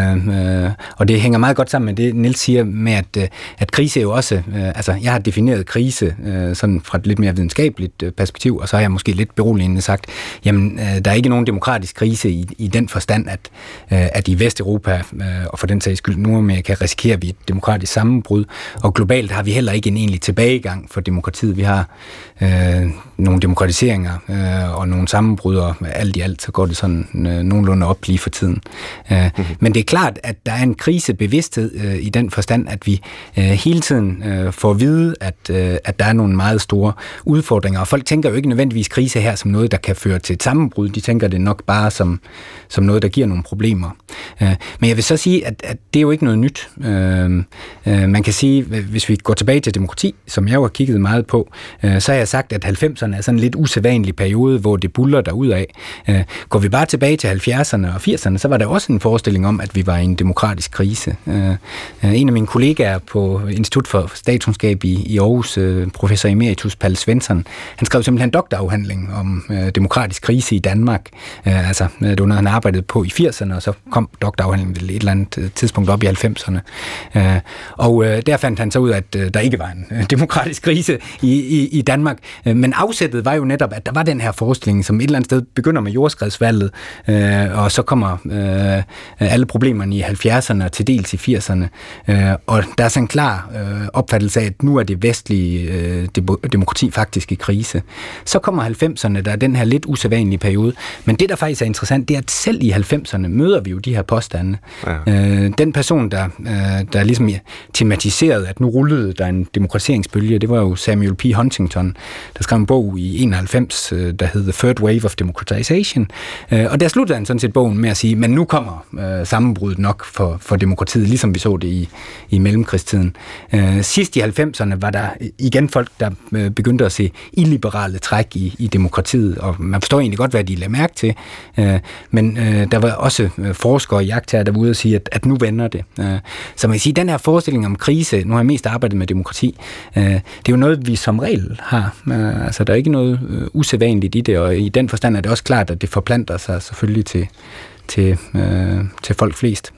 Øh, og det hænger meget godt sammen med det, Niels siger, med at, at krise er jo også... Øh, altså, jeg har defineret krise øh, sådan fra et lidt mere videnskabeligt perspektiv, og så har jeg måske lidt beroligende sagt, jamen, øh, der er ikke nogen demokratisk krise i, i den forstand, at, øh, at i Vesteuropa, øh, og for den sags skyld Nordamerika, risikerer vi et demokratisk sammenbrud, og globalt har vi heller ikke en egentlig tilbagegang for demokratiet. Vi har øh, nogle demokratiseringer øh, og nogle sammenbrud, og alt i alt, så går det sådan øh, nogenlunde op lige for tiden. Øh, mm-hmm. Men det er klart, at der er en krisebevidsthed øh, i den forstand, at vi øh, hele tiden øh, får at vide, at, øh, at der er nogle meget store udfordringer, og folk tænker jo ikke nødvendigvis krise her som noget, der kan føre til et sammenbrud. De tænker det nok bare som, som noget, der giver nogle problemer. Øh, men jeg vil så sige, at, at det er jo ikke noget nyt. Øh, øh, man kan sige, hvis vi går tilbage til demokrati, som jeg jo har kigget meget på, øh, så har jeg sagt, at halvfemserne er sådan en lidt usædvanlig periode, hvor det buller derudad. Øh, går vi bare tilbage til halvfjerdserne og firserne, så var der også en forestilling om, at vi var i en demokratisk krise. Øh, en af mine kollegaer på Institut for Statskundskab i, i Aarhus, øh, professor emeritus Palle Svensson, han skrev simpelthen en doktorafhandling om øh, demokratisk krise i Danmark. Øh, altså, det var noget, han arbejdede på i firserne, og så kom doktorafhandlingen ved et eller andet tidspunkt op i halvfemserne. Øh, og øh, der fandt han så ud af, at øh, der ikke var en øh, demokratisk krise i, i, i Danmark. Øh, men afsættet var jo netop, at der var den her forestilling, som et eller andet sted begynder med jordskredsvalget, øh, og så kommer øh, alle problemerne i halvfjerdserne og til dels i firserne. Øh, og der er sådan en klar øh, opfattelse af, at nu er det vestlige øh, demokrati faktisk i krise. Så kommer halvfemserne, der er den her lidt usædvanlige periode. Men det, der faktisk er interessant, det er, at selv i halvfemserne møder vi jo de her påstande. Ja. Øh, den person, der, øh, der ligesom tematiserede, at nu rullede der en demokratiseringsbølge, det var jo Samuel P. Huntington, der skrev en bog i enoghalvfems, øh, der hed The Third Wave of Democratization. Øh, og der sluttede han sådan set bogen med at sige, men nu kommer øh, sammenbruddet nok for, for demokratiet, ligesom vi så det i, i mellemkrigstiden. Øh, sidst i halvfemserne var der igen folk, der øh, begyndte at se illiberale træk i, i demokratiet, og man forstår egentlig godt, hvad de lagde mærke til, øh, men øh, der var også øh, forskere og jagttager, der var ude og sige, at, at nu vender det. Øh, så man kan sige, den her forestilling om krise, nu har jeg mest arbejdet med demokrati, øh, det er jo noget, vi som regel har. Øh, altså, der er ikke noget øh, usædvanligt i det, og i den forstand er det også klart, at det forplanter sig selvfølgelig til, til, øh, til folk flest.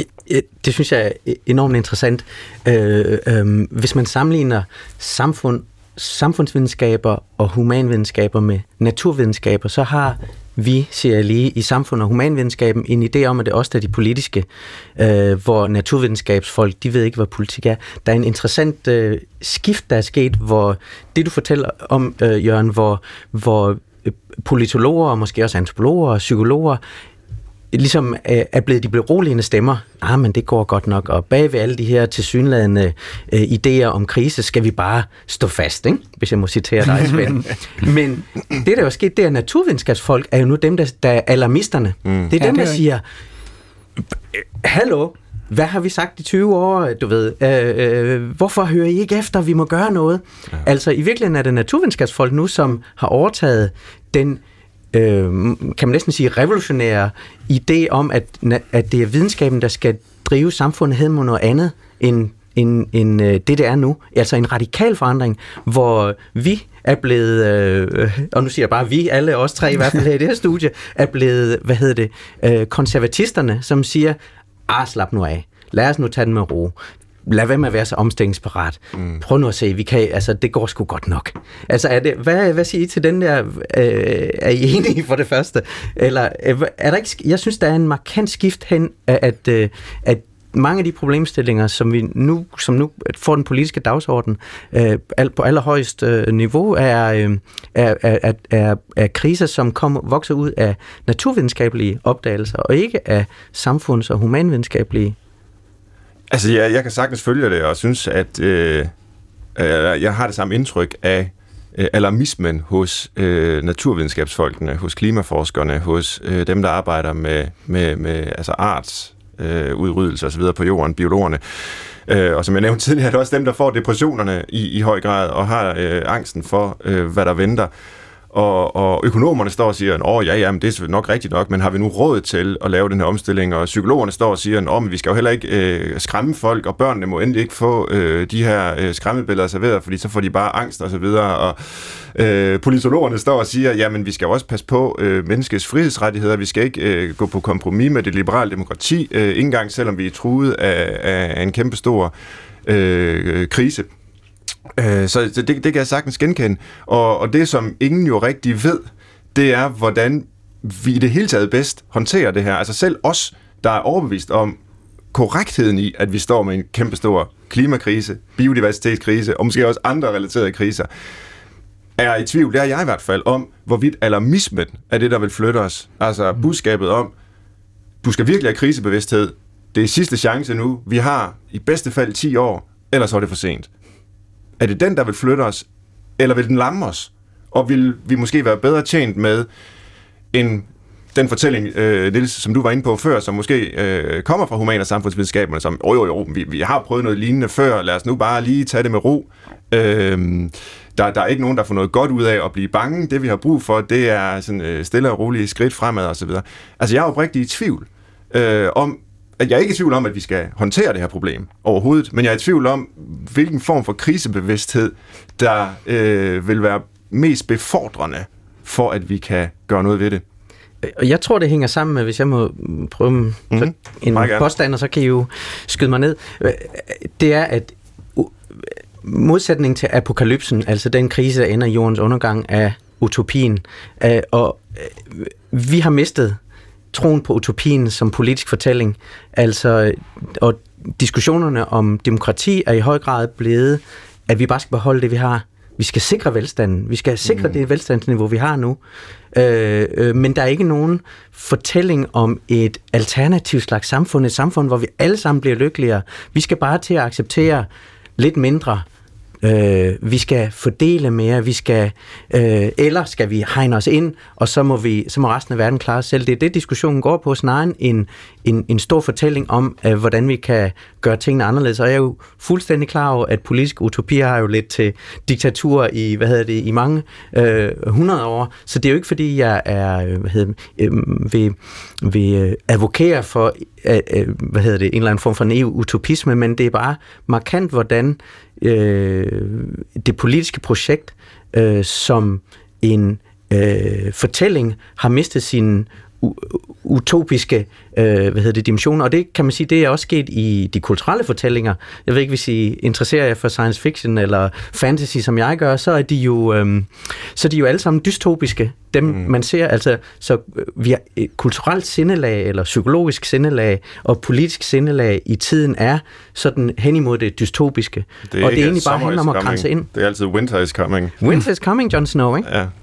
Det synes jeg er enormt interessant. Øh, øh, hvis man sammenligner samfund, samfundsvidenskaber og humanvidenskaber med naturvidenskaber, så har vi, siger jeg lige, i samfund- og humanvidenskaben en idé om, at det også er de politiske, øh, hvor naturvidenskabsfolk, de ved ikke, hvad politik er. Der er en interessant øh, skift, der er sket, hvor det, du fortæller om, øh, Jørgen, hvor, hvor politologer og måske også antropologer og psykologer ligesom er blevet de beroligende stemmer. Ah, men det går godt nok, og bag ved alle de her tilsyneladende øh, idéer om krise, skal vi bare stå fast, ikke? Hvis jeg må citere dig, Svend. Men det, der jo sket, det er, naturvidenskabsfolk er jo nu dem, der, der er alarmisterne. Mm. Det er dem, ja, det er der siger, hallo, hvad har vi sagt i tyve år, du ved, øh, øh, hvorfor hører I ikke efter, vi må gøre noget? Ja. Altså i virkeligheden er det naturvidenskabsfolk nu, som har overtaget den, øh, kan man næsten sige, revolutionære idé om, at, at det er videnskaben, der skal drive samfundet hen mod noget andet, end, end, end det, det er nu. Altså en radikal forandring, hvor vi er blevet, øh, og nu siger jeg bare vi, alle os tre i hvert fald her i det her studie, er blevet, hvad hedder det, øh, konservatisterne, som siger, ah, slap nu af. Lad os nu tage den med ro. Lad være med at være så omstillingsparat. Mm. Prøv nu at se, vi kan, altså, det går sgu godt nok. Altså, er det, hvad, hvad siger I til den der? Øh, er I enige for det første? Eller er der ikke, jeg synes, der er en markant skift hen, at, at, at mange af de problemstillinger, som vi nu, som nu får den politiske dagsorden øh, på allerhøjst øh, niveau, er, øh, er, er, er, er kriser, som kommer, vokser ud af naturvidenskabelige opdagelser, og ikke af samfunds- og humanvidenskabelige. Altså, jeg, jeg kan sagtens følge det, og synes, at øh, øh, jeg har det samme indtryk af øh, alarmismen hos øh, naturvidenskabsfolkene, hos klimaforskerne, hos øh, dem, der arbejder med, med, med altså arts øh, udryddelse og så videre på jorden, biologerne. Øh, og som jeg nævnte tidligere, er det også dem, der får depressionerne i, i høj grad, og har øh, angsten for, øh, hvad der venter. Og, og økonomerne står og siger, åh ja, ja, men det er nok rigtigt nok, men har vi nu råd til at lave den her omstilling? Og psykologerne står og siger, åh, men vi skal jo heller ikke øh, skræmme folk, og børnene må endelig ikke få øh, de her øh, skræmmebilleder serveret, fordi så får de bare angst og så videre. Og øh, politologerne står og siger, jamen vi skal jo også passe på øh, menneskets frihedsrettigheder, vi skal ikke øh, gå på kompromis med det liberale demokrati, øh, ikke engang selvom vi er truet af, af en kæmpe stor øh, krise. Så det, det kan jeg sagtens genkende. Og, og det, som ingen jo rigtig ved, det er, hvordan vi i det hele taget bedst håndterer det her. Altså selv os, der er overbevist om korrektheden i, at vi står med en kæmpestor klimakrise, biodiversitetskrise, og måske også andre relaterede kriser, er i tvivl, det er jeg i hvert fald, om hvorvidt alarmismen er det, der vil flytte os. Altså budskabet om, du skal virkelig have krisebevidsthed, det er sidste chance nu, vi har i bedste fald ti år, ellers er det for sent. Er det den, der vil flytte os, eller vil den lamme os? Og vil vi måske være bedre tjent med en, den fortælling, øh, Niels, som du var inde på før, som måske øh, kommer fra human- og samfundsvidenskaberne, som, jo jo jo, vi, vi har prøvet noget lignende før, lad os nu bare lige tage det med ro. Øh, der, der er ikke nogen, der får noget godt ud af at blive bange. Det, vi har brug for, det er sådan øh, stille og rolige skridt fremad og så videre. Altså, jeg er oprigtig i tvivl øh, om, at jeg er ikke i tvivl om, at vi skal håndtere det her problem overhovedet, men jeg er i tvivl om, hvilken form for krisebevidsthed, der øh, vil være mest befordrende for, at vi kan gøre noget ved det. Og jeg tror, det hænger sammen med, hvis jeg må prøve mm-hmm. en påstand, og så kan I jo skyde mig ned. Det er, at modsætning til apokalypsen, altså den krise, der ender i jordens undergang, af utopien, og vi har mistet troen på utopien som politisk fortælling. Altså, og diskussionerne om demokrati er i høj grad blevet, at vi bare skal beholde det, vi har. Vi skal sikre velstanden. Vi skal sikre mm. det velstandsniveau, vi har nu. Øh, øh, men der er ikke nogen fortælling om et alternativt slags samfund. Et samfund, hvor vi alle sammen bliver lykkeligere. Vi skal bare til at acceptere lidt mindre. Øh, vi skal fordele mere, vi skal, øh, eller skal vi hegne os ind, og så må, vi, så må resten af verden klare os selv. Det er det, diskussionen går på, snarere en, en, en stor fortælling om, øh, hvordan vi kan gøre tingene anderledes. Og jeg er jo fuldstændig klar over, at politiske utopier har jo lidt til diktatur i, hvad hedder det, i mange øh, hundrede år, så det er jo ikke, fordi jeg er, hvad hedder, øh, vil, vil advokere for, øh, øh, hvad hedder det, en eller anden form for neo-utopisme, men det er bare markant, hvordan Øh, det politiske projekt øh, som en øh, fortælling har mistet sin u- utopiske øh, hvad hedder det, dimensioner, og det kan man sige, det er også sket i de kulturelle fortællinger. Jeg ved ikke, hvis I interesserer jer for science fiction eller fantasy, som jeg gør, så er de jo, øh, så er de jo alle sammen dystopiske. Dem mm. man ser, altså, så vi har et kulturelt sindelag, eller psykologisk sindelag, og politisk sindelag i tiden er sådan hen imod det dystopiske. Det og det er egentlig bare handler om at grænse ind. Det er altid winter is coming. Winter is coming, Jon Snow, ikke? Ja.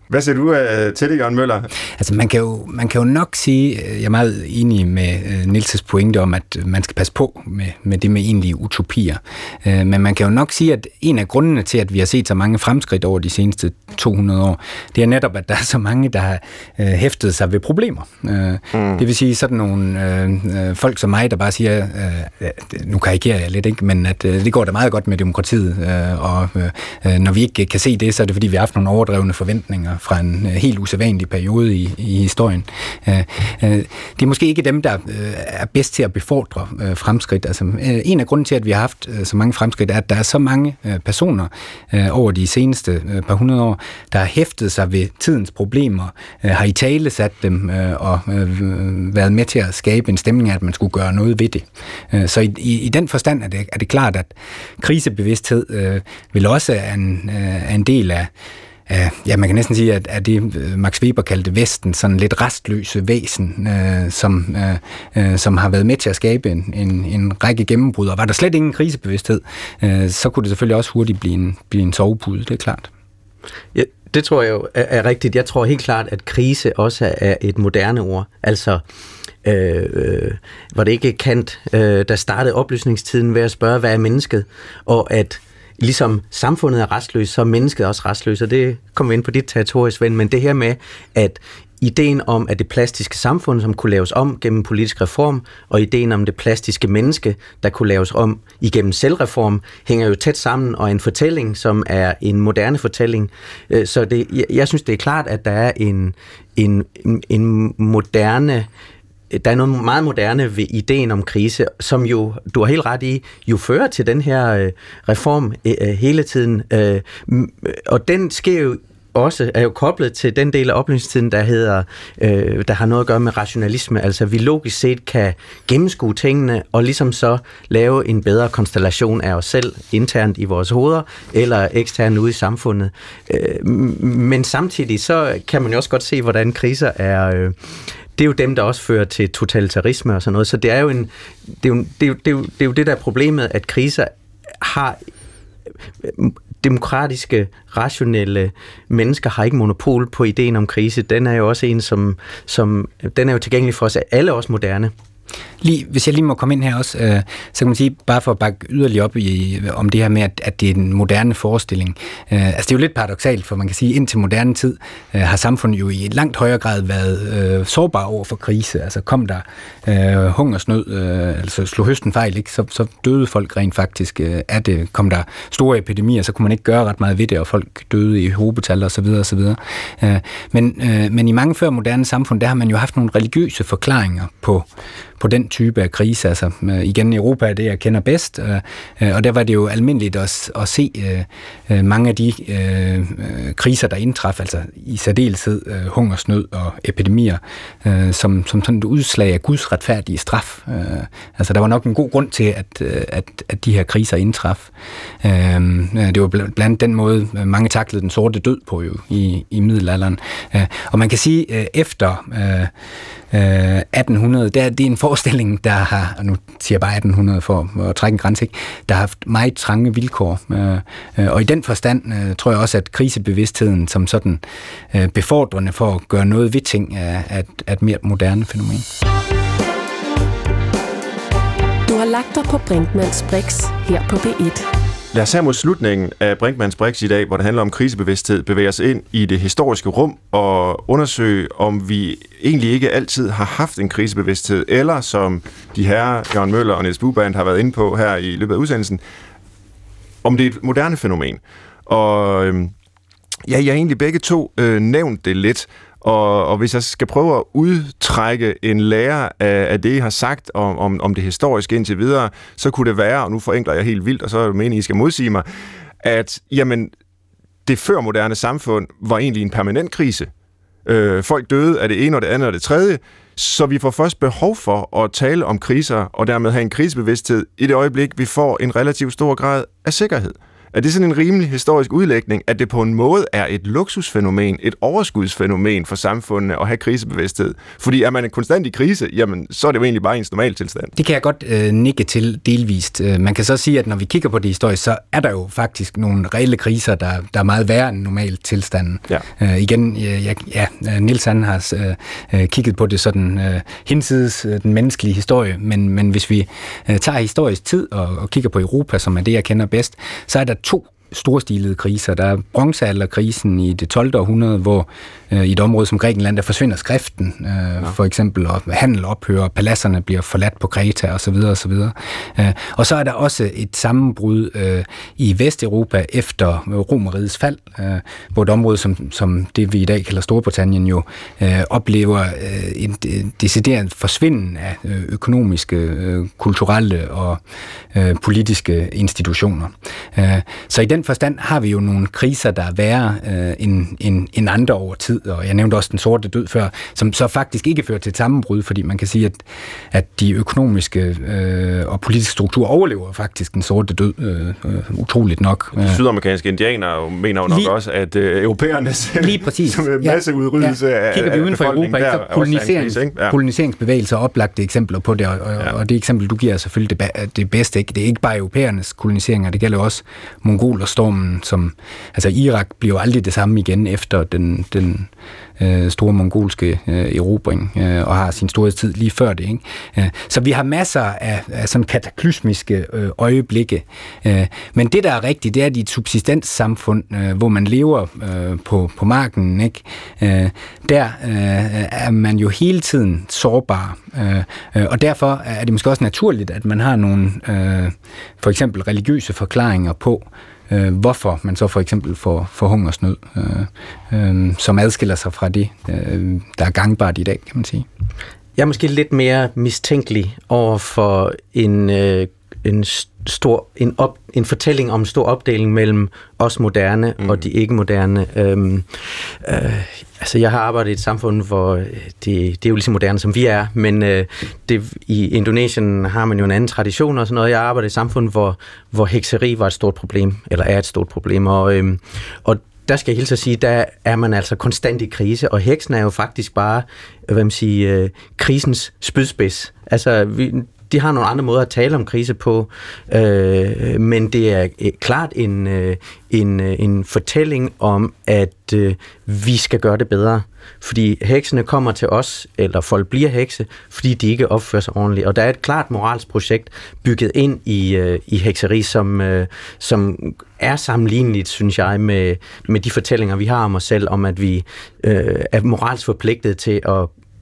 Hvad siger du uh, til det, Jørgen Møller? Altså man kan, jo, man kan jo nok sige, jeg er meget enig med uh, Niels' pointe om, at man skal passe på med, med det med egentlige utopier. Uh, men man kan jo nok sige, at en af grundene til, at vi har set så mange fremskridt over de seneste to hundrede år, det er netop, at der er så mange, der har uh, hæftet sig ved problemer. Uh, mm. Det vil sige sådan nogle uh, folk som mig, der bare siger, uh, nu karikerer jeg lidt, ikke? Men at uh, det går da meget godt med demokratiet, uh, og uh, når vi ikke kan se det, så er det fordi, vi har haft nogle overdrevne forventninger fra en uh, helt usædvanlig periode i, i historien. Uh, uh, det er måske ikke dem, der uh, er bedst til at befordre uh, fremskridt. Altså, uh, en af grunden til, at vi har haft uh, så mange fremskridt, er, at der er så mange uh, personer uh, over de seneste uh, par hundrede år, der har hæftet sig ved tidens problemer, uh, har i tale sat dem uh, og uh, været med til at skabe en stemning af, at man skulle gøre noget ved det. Uh, så i, i, i den forstand er det, er det klart, at krisebevidsthed uh, vil også er en, uh, er en del af Uh, ja, man kan næsten sige, at, at det Max Weber kaldte Vesten, sådan lidt restløse væsen, uh, som, uh, uh, som har været med til at skabe en, en, en række gennembrud. Og var der slet ingen krisebevidsthed, uh, så kunne det selvfølgelig også hurtigt blive en, blive en sovepude, det er klart. Ja, det tror jeg jo er, er rigtigt. Jeg tror helt klart, at krise også er et moderne ord. Altså, øh, øh, var det ikke Kant, øh, der startede oplysningstiden ved at spørge, hvad er mennesket? Og at ligesom samfundet er restløst, så er mennesket også restløst, og det kommer vi ind på dit territorie, Svend, men det her med, at ideen om, at det plastiske samfund, som kunne laves om gennem politisk reform, og ideen om det plastiske menneske, der kunne laves om igennem selvreform, hænger jo tæt sammen, og en fortælling, som er en moderne fortælling. Så det, jeg, jeg synes, det er klart, at der er en, en, en moderne Der er noget meget moderne ved ideen om krise, som jo, du har helt ret i, jo fører til den her øh, reform øh, hele tiden. Øh, og den sker jo også, er jo koblet til den del af oplysningstiden, der hedder, øh, der har noget at gøre med rationalisme. Altså, vi logisk set kan gennemskue tingene, og ligesom så lave en bedre konstellation af os selv, internt i vores hoveder, eller eksternt ude i samfundet. Øh, men samtidig, så kan man jo også godt se, hvordan kriser er Øh, det er jo dem, der også fører til totalitarisme og sådan noget. Så det er jo, en, det er jo, det er jo, det er jo, det er jo det, der er problemet, at kriser har demokratiske, rationelle mennesker har ikke monopol på ideen om krise. Den er jo også en, som, som den er jo tilgængelig for os alle, også moderne. Lige, hvis jeg lige må komme ind her også, øh, så kan man sige, bare for at bakke yderligere op i, om det her med, at, at det er en moderne forestilling. Øh, altså det er jo lidt paradoksalt, for man kan sige, indtil moderne tid øh, har samfundet jo i langt højere grad været øh, sårbar over for krise. Altså kom der øh, hungersnød, øh, altså slog høsten fejl, ikke? Så, så døde folk rent faktisk øh, af det. Kom der store epidemier, så kunne man ikke gøre ret meget ved det, og folk døde i hobetal og så videre og så videre. Øh, men, øh, men i mange før moderne samfund, der har man jo haft nogle religiøse forklaringer på på den type af krise. Altså, øh, igen, Europa er det, jeg kender bedst, øh, og der var det jo almindeligt at, at se øh, mange af de øh, kriser, der indtraf, altså i særdeleshed øh, hungersnød og epidemier, øh, som, som sådan et udslag af Guds retfærdige straf. Øh, altså, der var nok en god grund til, at, at, at de her kriser indtraf. Øh, det var blandt andet den måde, mange taklede den sorte død på jo i, i middelalderen. Øh, og man kan sige, øh, efter øh, atten hundrede, der, det er en forestilling, der har, og nu siger jeg bare atten hundrede for at trække en grænse, ikke, der har haft meget trange vilkår. Og i den forstand tror jeg også, at krisebevidstheden som sådan befordrende for at gøre noget ved ting er et mere moderne fænomen. Du har lagt dig på Brinkmanns Brix her på B et. Lad os her mod slutningen af Brinkmanns Brix i dag, hvor det handler om krisebevidsthed, bevæge os ind i det historiske rum og undersøge, om vi egentlig ikke altid har haft en krisebevidsthed, eller som de herrer Jørgen Møller og Niels Bubandt har været inde på her i løbet af udsendelsen, om det er et moderne fænomen. Og ja, jeg har egentlig begge to øh, nævnt det lidt, og, og hvis jeg skal prøve at udtrække en lære af, af det, jeg har sagt om, om, om det historiske indtil videre, så kunne det være, og nu forenkler jeg helt vildt, og så er det meningen, I skal modsige mig, at jamen, det førmoderne samfund var egentlig en permanent krise. Øh, folk døde af det ene og det andet og det tredje, så vi får først behov for at tale om kriser, og dermed have en krisebevidsthed i det øjeblik, vi får en relativt stor grad af sikkerhed. Er det sådan en rimelig historisk udlægning, at det på en måde er et luksusfænomen, et overskudsfænomen for samfundet at have krisebevidsthed? Fordi er man konstant i krise, jamen så er det jo egentlig bare ens normaltilstand. Det kan jeg godt øh, nikke til delvist. Man kan så sige, at når vi kigger på det historisk, så er der jo faktisk nogle reelle kriser, der, der er meget værre end normaltilstanden. Ja. Øh, igen, ja, ja, Niels han har øh, kigget på det sådan øh, hinsides øh, den menneskelige historie, men, men hvis vi øh, tager historisk tid og, og kigger på Europa, som er det, jeg kender bedst, så er der to storstilede kriser. Der er bronzealderkrisen i det tolvte århundrede, hvor øh, i et område som Grækenland, der forsvinder skriften, øh, ja. for eksempel, og handel ophører, paladserne bliver forladt på Kreta osv. osv. Øh, og så er der også et sammenbrud øh, i Vesteuropa efter Romerrigets fald, øh, hvor et område, som, som det vi i dag kalder Storbritannien, jo øh, oplever øh, en decideret forsvinden af øh, økonomiske, øh, kulturelle og øh, politiske institutioner. Øh, så i den forstand har vi jo nogle kriser, der er værre øh, end, end, end andre over tid, og jeg nævnte også den sorte død før, som så faktisk ikke fører til et sammenbrud, fordi man kan sige, at, at de økonomiske øh, og politiske strukturer overlever faktisk den sorte død, øh, øh, utroligt nok. De sydamerikanske indianere mener jo nok lige, også, at øh, europæernes lige præcis. masseudryddelse ja, ja. Kigger vi uden for Europa, der, så koloniserings, ja. koloniseringsbevægelser er oplagte eksempler på det, og, og, ja. og det eksempel, du giver, er selvfølgelig det, det bedste. Ikke? Det er ikke bare europæernes koloniseringer, det gælder også mongolerstormen, som, altså Irak bliver jo aldrig det samme igen efter den, den øh, store mongolske øh, erobring, øh, og har sin store tid lige før det. Ikke? Øh, så vi har masser af, af sådan kataklysmiske øh, øjeblikke. Øh, men det, der er rigtigt, det er de et subsistenssamfund, øh, hvor man lever øh, på, på marken. Ikke? Øh, der øh, er man jo hele tiden sårbar. Øh, og derfor er det måske også naturligt, at man har nogle øh, for eksempel religiøse forklaringer på, øh, hvorfor man så for eksempel får, får hungersnød, øh, øh, som adskiller sig fra det, øh, der er gangbart i dag, kan man sige. Jeg er måske lidt mere mistænkelig over for en, øh, en stor en, op, en fortælling om en stor opdeling mellem os moderne mm. og de ikke-moderne. Øhm, øh, altså, jeg har arbejdet i et samfund, hvor det, det er jo lige så moderne, som vi er, men øh, det, i Indonesien har man jo en anden tradition og sådan noget. Jeg arbejder i et samfund, hvor, hvor hekseri var et stort problem, eller er et stort problem, og, øh, og der skal jeg hilse at sige, der er man altså konstant i krise, og heksen er jo faktisk bare, hvad man siger, øh, krisens spydspids. Altså, vi, de har nogle andre måder at tale om krise på, øh, men det er klart en, øh, en, øh, en fortælling om, at øh, vi skal gøre det bedre. Fordi heksene kommer til os, eller folk bliver hekse, fordi de ikke opfører sig ordentligt. Og der er et klart moralsk projekt bygget ind i, øh, i hekseri, som, øh, som er sammenligneligt, synes jeg, med, med de fortællinger, vi har om os selv, om at vi øh, er moralsk forpligtet til at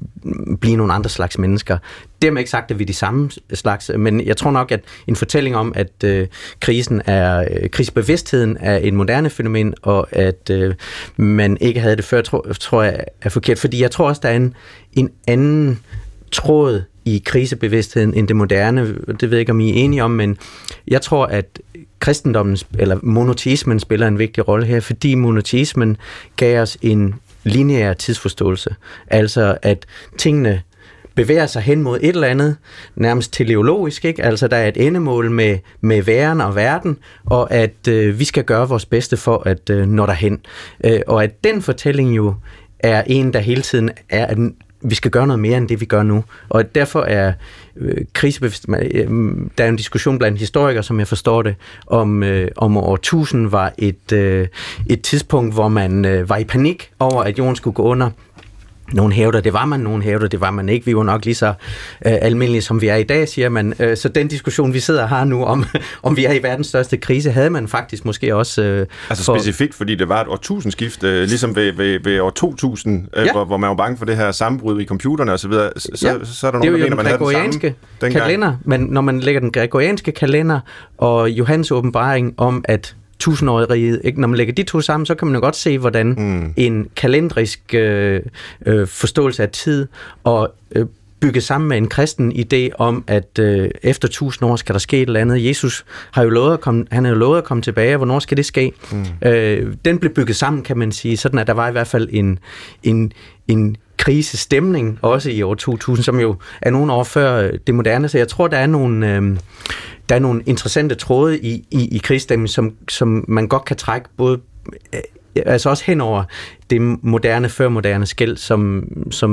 blive nogle andre slags mennesker. Dermed ikke sagt, at vi er de samme slags, men jeg tror nok, at en fortælling om, at øh, krisen er, øh, krisebevidstheden er en moderne fænomen, og at øh, man ikke havde det før, tror, tror jeg er forkert, fordi jeg tror også, der er en, en anden tråd i krisebevidstheden end det moderne. Det ved jeg ikke, om I er enige om, men jeg tror, at kristendommen, eller monoteismen spiller en vigtig rolle her, fordi monoteismen gav os en lineær tidsforståelse. Altså, at tingene bevæger sig hen mod et eller andet, nærmest teleologisk, ikke? Altså, der er et endemål med, med væren og verden, og at øh, vi skal gøre vores bedste for at øh, nå derhen. Øh, og at den fortælling jo er en, der hele tiden er, at vi skal gøre noget mere end det, vi gør nu. Og derfor er øh, krisebevidst... Øh, der er en diskussion blandt historikere, som jeg forstår det, om, øh, om år tusind var et, øh, et tidspunkt, hvor man øh, var i panik over, at jorden skulle gå under. Nogle hævder, det var man, nogle hævder, det var man ikke. Vi var nok lige så øh, almindelige, som vi er i dag, siger man. Øh, så den diskussion, vi sidder og har nu om, om vi er i verdens største krise, havde man faktisk måske også... Øh, altså for... specifikt, fordi det var et årtusindskift, øh, ligesom ved, ved, ved år to tusind, øh, ja. hvor, hvor man var bange for det her sammenbrud i computerne osv. Så, så, ja. så, så er der nogen, der mener, man havde den samme kalender, men når man lægger den gregorianske kalender og Johannes åbenbaring om, at tusindårige, ikke? Når man lægger de to sammen, så kan man jo godt se, hvordan mm. en kalendrisk øh, øh, forståelse af tid og øh, bygget sammen med en kristen idé om, at øh, efter tusind år skal der ske et eller andet. Jesus har jo lovet at komme, han har jo lovet at komme tilbage, og hvornår skal det ske? Mm. Øh, den blev bygget sammen, kan man sige, sådan at der var i hvert fald en, en, en krisestemning, også i år to tusind, som jo er nogle år før det moderne. Så jeg tror, der er nogle, øh, der er nogle interessante tråde i, i, i krigsstemning, som, som man godt kan trække både øh, altså også hen over det moderne, førmoderne skel, som, som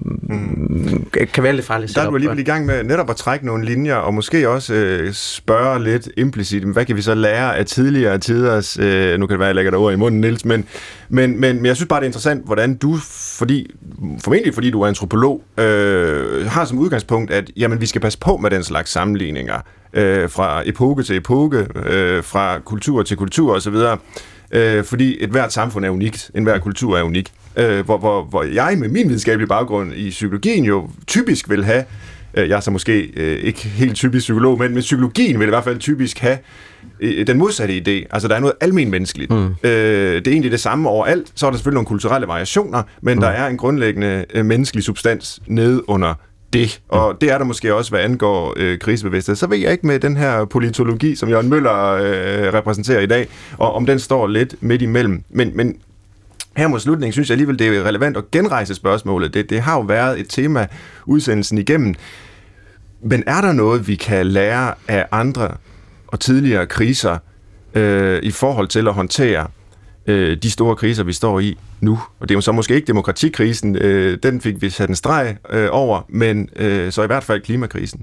mm. kan være lidt farligt. Der er du alligevel i gang med netop at trække nogle linjer, og måske også øh, spørge lidt implicit, hvad kan vi så lære af tidligere tiders, øh, nu kan det være, jeg lægger dig ord i munden, Niels, men, men, men, men jeg synes bare, det er interessant, hvordan du, fordi, formentlig fordi du er antropolog, øh, har som udgangspunkt, at jamen, vi skal passe på med den slags sammenligninger, øh, fra epoke til epoke, øh, fra kultur til kultur osv., Øh, fordi et hvert samfund er unikt, en hver kultur er unik. Øh, hvor, hvor, hvor jeg med min videnskabelige baggrund i psykologien jo typisk vil have, øh, jeg er så måske øh, ikke helt typisk psykolog, men med psykologien vil i hvert fald typisk have øh, den modsatte idé. Altså der er noget almenmenneskeligt. Mm. Øh, det er egentlig det samme overalt. Så er der selvfølgelig nogle kulturelle variationer, men mm. der er en grundlæggende øh, menneskelig substans nede under det, og det er der måske også, hvad angår øh, krisebevidsthed. Så ved jeg ikke med den her politologi, som Jørgen Møller øh, repræsenterer i dag, og om den står lidt midt imellem. Men, men her mod slutningen synes jeg alligevel, det er relevant at genrejse spørgsmålet. Det, det har jo været et tema udsendelsen igennem. Men er der noget, vi kan lære af andre og tidligere kriser øh, i forhold til at håndtere øh, de store kriser, vi står i nu? Og det er jo så måske ikke demokratikrisen, øh, den fik vi sat en streg øh, over, men øh, så i hvert fald klimakrisen.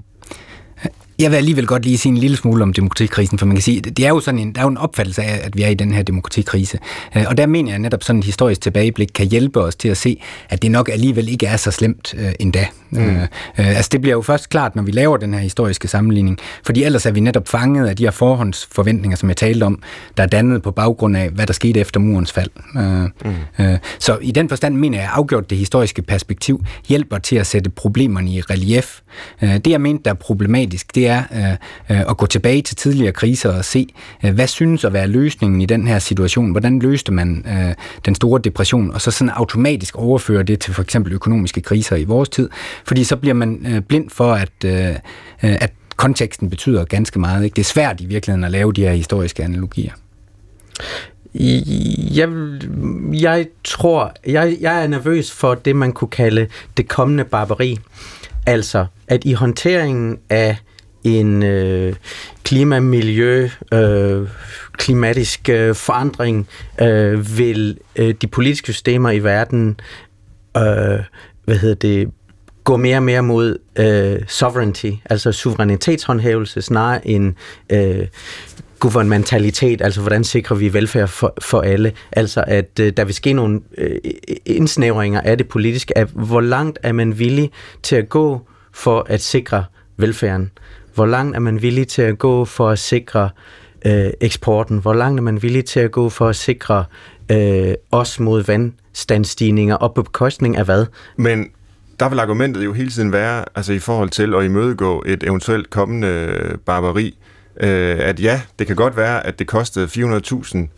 Jeg vil alligevel godt lige sige en lille smule om demokratikrisen, for man kan sige, det er jo sådan en, der er jo en opfattelse af, at vi er i den her demokratikrise. Og der mener jeg netop sådan et historisk tilbageblik kan hjælpe os til at se, at det nok alligevel ikke er så slemt øh, endda. Mm. Øh, altså det bliver jo først klart, når vi laver den her historiske sammenligning, fordi ellers er vi netop fanget af de her forhåndsforventninger, som jeg talte om, der er dannet på baggrund af, hvad der skete efter murens fald. Øh, mm. øh, så i den forstand mener jeg afgjort, det historiske perspektiv hjælper til at sætte problemerne i relief. Øh, det jeg mente, der er problematisk, det er øh, at gå tilbage til tidligere kriser og se, øh, hvad synes at være løsningen i den her situation? Hvordan løste man øh, den store depression? Og så sådan automatisk overføre det til for eksempel økonomiske kriser i vores tid. Fordi så bliver man øh, blind for, at, øh, at konteksten betyder ganske meget. Ikke? Det er svært i virkeligheden at lave de her historiske analogier. Jeg, jeg tror, jeg, jeg er nervøs for det, man kunne kalde det kommende barbari. Altså, at i håndteringen af en øh, klima, miljø, øh, klimatisk øh, forandring, øh, vil øh, de politiske systemer i verden øh, hvad hedder det, gå mere og mere mod øh, sovereignty, altså suverænitetshåndhævelse, snarere end øh, governmentalitet, altså hvordan sikrer vi velfærd for, for alle. Altså at øh, der vil ske nogle øh, indsnævringer af det politiske, af hvor langt er man villig til at gå for at sikre velfærden. Hvor langt er man villig til at gå for at sikre øh, eksporten? Hvor langt er man villig til at gå for at sikre øh, os mod vandstandsstigninger og på bekostning af hvad? Men der vil argumentet jo hele tiden være, altså i forhold til at imødegå et eventuelt kommende barbari, øh, at ja, det kan godt være, at det kostede fire hundrede tusind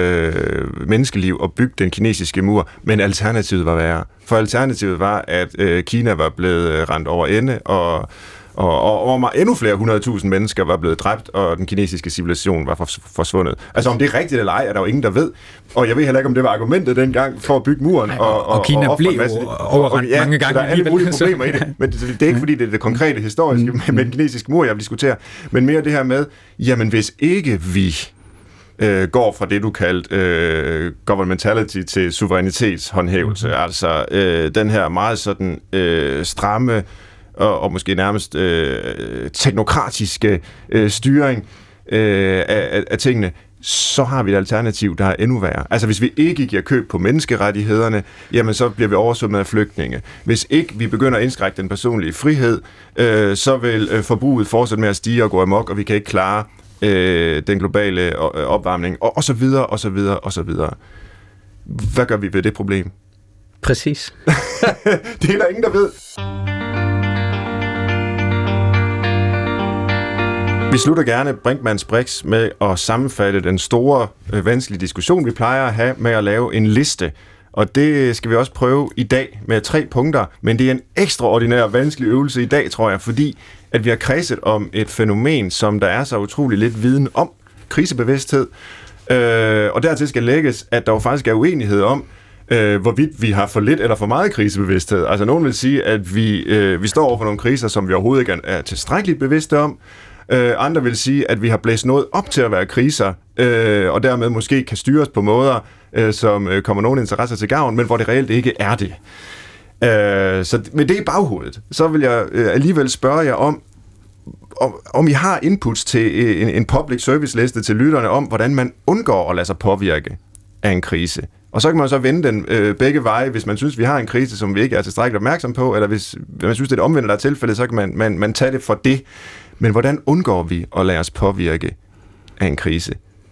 øh, menneskeliv at bygge den kinesiske mur, men alternativet var værre. For alternativet var, at øh, Kina var blevet rendt over ende, og Og, og, og endnu flere hundredtusind mennesker var blevet dræbt, og den kinesiske civilisation var forsvundet. Altså om det er rigtigt eller ej, er der jo ingen, der ved. Og jeg ved heller ikke, om det var argumentet dengang for at bygge muren. Og, og, og Kina og blev jo overrendt ja, mange gange. Der er alle mulige problemer i det. Men det, det er ikke, fordi det er det konkrete historiske mm. med den kinesiske mur, jeg vil diskutere. Men mere det her med, jamen hvis ikke vi øh, går fra det, du kaldte øh, governmentality til suverænitetshåndhævelse, mm. altså øh, den her meget sådan øh, stramme Og, og måske nærmest øh, teknokratiske øh, styring øh, af, af tingene, så har vi et alternativ, der er endnu værre. Altså hvis vi ikke giver køb på menneskerettighederne, jamen så bliver vi oversvømmet af flygtninge. Hvis ikke vi begynder at indskrænke den personlige frihed, øh, så vil øh, forbruget fortsætte med at stige og gå amok, og vi kan ikke klare øh, den globale opvarmning, og, og så videre, og så videre, og så videre. Hvad gør vi ved det problem? Præcis. Det er der ingen, der ved. Vi slutter gerne Brinkmanns Brix med at sammenfatte den store, øh, vanskelige diskussion, vi plejer at have med at lave en liste. Og det skal vi også prøve i dag med tre punkter, men det er en ekstraordinær vanskelig øvelse i dag, tror jeg, fordi at vi har kredset om et fænomen, som der er så utrolig lidt viden om, krisebevidsthed. Øh, og dertil skal lægges, at der jo faktisk er uenighed om, øh, hvorvidt vi har for lidt eller for meget krisebevidsthed. Altså nogen vil sige, at vi, øh, vi står over for nogle kriser, som vi overhovedet ikke er tilstrækkeligt bevidste om. Øh, andre vil sige, at vi har blæst noget op til at være kriser, øh, og dermed måske kan styres på måder, øh, som øh, kommer nogen interesser til gavn, men hvor det reelt ikke er det. Øh, så med det i baghovedet, så vil jeg øh, alligevel spørge jer om, om, om I har inputs til en, en public service liste til lytterne om, hvordan man undgår at lade sig påvirke af en krise. Og så kan man så vende den øh, begge veje, hvis man synes, vi har en krise, som vi ikke er tilstrækkeligt opmærksom på, eller hvis man synes, det er det omvendte, der er tilfældet, så kan man, man, man tage det for det. Men hvordan undgår vi at lade os påvirke af en krise?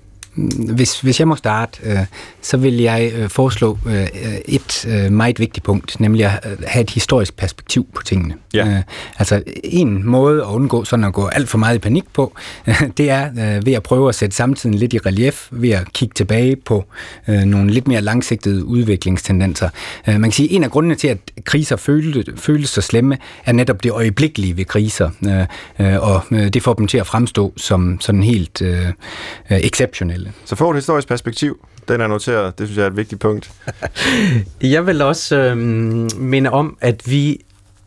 Hvis, hvis jeg må starte, øh, så vil jeg øh, foreslå øh, et øh, meget vigtigt punkt, nemlig at have et historisk perspektiv på tingene. Ja. Øh, altså en måde at undgå sådan at gå alt for meget i panik på, øh, det er øh, ved at prøve at sætte samtiden lidt i relief, ved at kigge tilbage på øh, nogle lidt mere langsigtede udviklingstendenser. Øh, man kan sige, at en af grundene til, at kriser føles, føles så slemme, er netop det øjeblikkelige ved kriser, øh, øh, og øh, det får dem til at fremstå som sådan helt øh, øh, exceptionelle. Så få et historisk perspektiv, den er noteret, det synes jeg er et vigtigt punkt. Jeg vil også øh, minde om, at vi,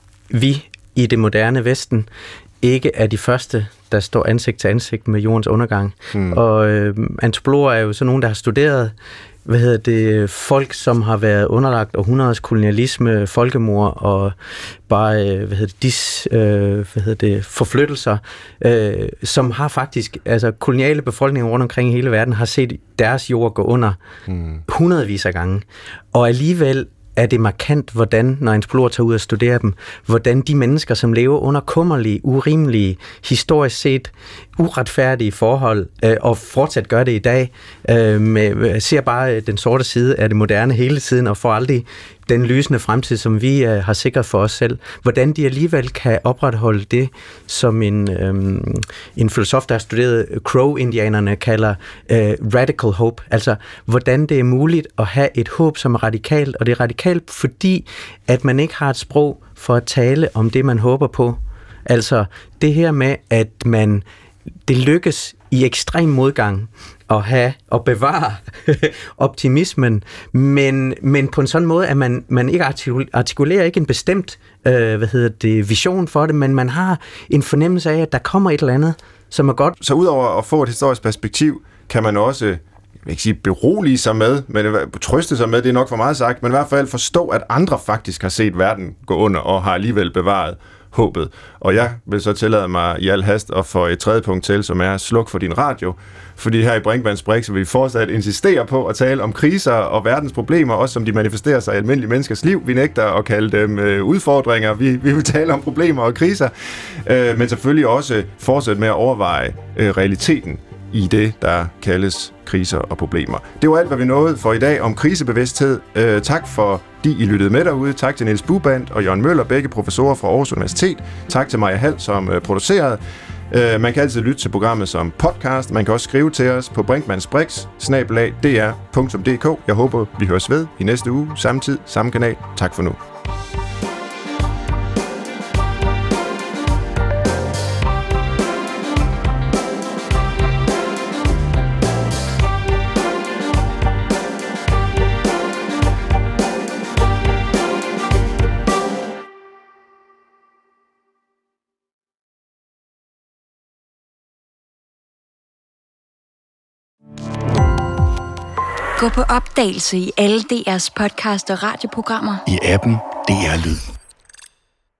vi i det moderne Vesten ikke er de første, der står ansigt til ansigt med jordens undergang. Hmm. Og øh, antropologer er jo så nogen, der har studeret hvad hedder det, folk, som har været underlagt århundreders kolonialisme, folkemord og bare hvad hedder det, dis, øh, hvad hedder det, forflyttelser, øh, som har faktisk, altså koloniale befolkninger rundt omkring i hele verden, har set deres jord gå under hmm. hundredvis af gange. Og alligevel er det markant, hvordan, når antropologer tager ud og studerer dem, hvordan de mennesker, som lever under kummerlige, urimelige, historisk set uretfærdige forhold, øh, og fortsat gør det i dag, øh, med, ser bare den sorte side af det moderne hele tiden, og får aldrig den lysende fremtid, som vi øh, har sikret for os selv. Hvordan de alligevel kan opretholde det, som en, øh, en filosof, der har studeret Crow-indianerne, kalder øh, radical hope. Altså, hvordan det er muligt at have et håb, som er radikalt, og det er radikalt, fordi at man ikke har et sprog for at tale om det, man håber på. Altså, det her med, at man det lykkes i ekstrem modgang at have og bevare optimismen, men, men på en sådan måde, at man, man ikke artikulerer ikke en bestemt øh, hvad hedder det, vision for det, men man har en fornemmelse af, at der kommer et eller andet, som er godt. Så udover at få et historisk perspektiv, kan man også jeg vil ikke sige berolige sig med, men trøste sig med, det er nok for meget sagt, men i hvert fald forstå, at andre faktisk har set verden gå under og har alligevel bevaret håbet. Og jeg vil så tillade mig i al hast at få et tredje punkt til, som er sluk for din radio. Fordi her i Brinkmanns Brix vil vi fortsat insistere på at tale om kriser og verdens problemer, også som de manifesterer sig i almindelige menneskers liv. Vi nægter at kalde dem øh, udfordringer. Vi, vi vil tale om problemer og kriser, øh, men selvfølgelig også fortsætte med at overveje øh, realiteten i det, der kaldes kriser og problemer. Det var alt, hvad vi nåede for i dag om krisebevidsthed. Øh, tak for de, I lyttede med derude. Tak til Niels Bubandt og Jørgen Møller, begge professorer fra Aarhus Universitet. Tak til Maja Hall, som øh, producerede. Øh, man kan altid lytte til programmet som podcast. Man kan også skrive til os på brinkmannsbrix snabel-a d r punktum d k. Jeg håber, vi høres ved i næste uge. Samme tid, samme kanal. Tak for nu. Gå på opdagelse i alle D R's podcast og radioprogrammer. I appen D R Lyd.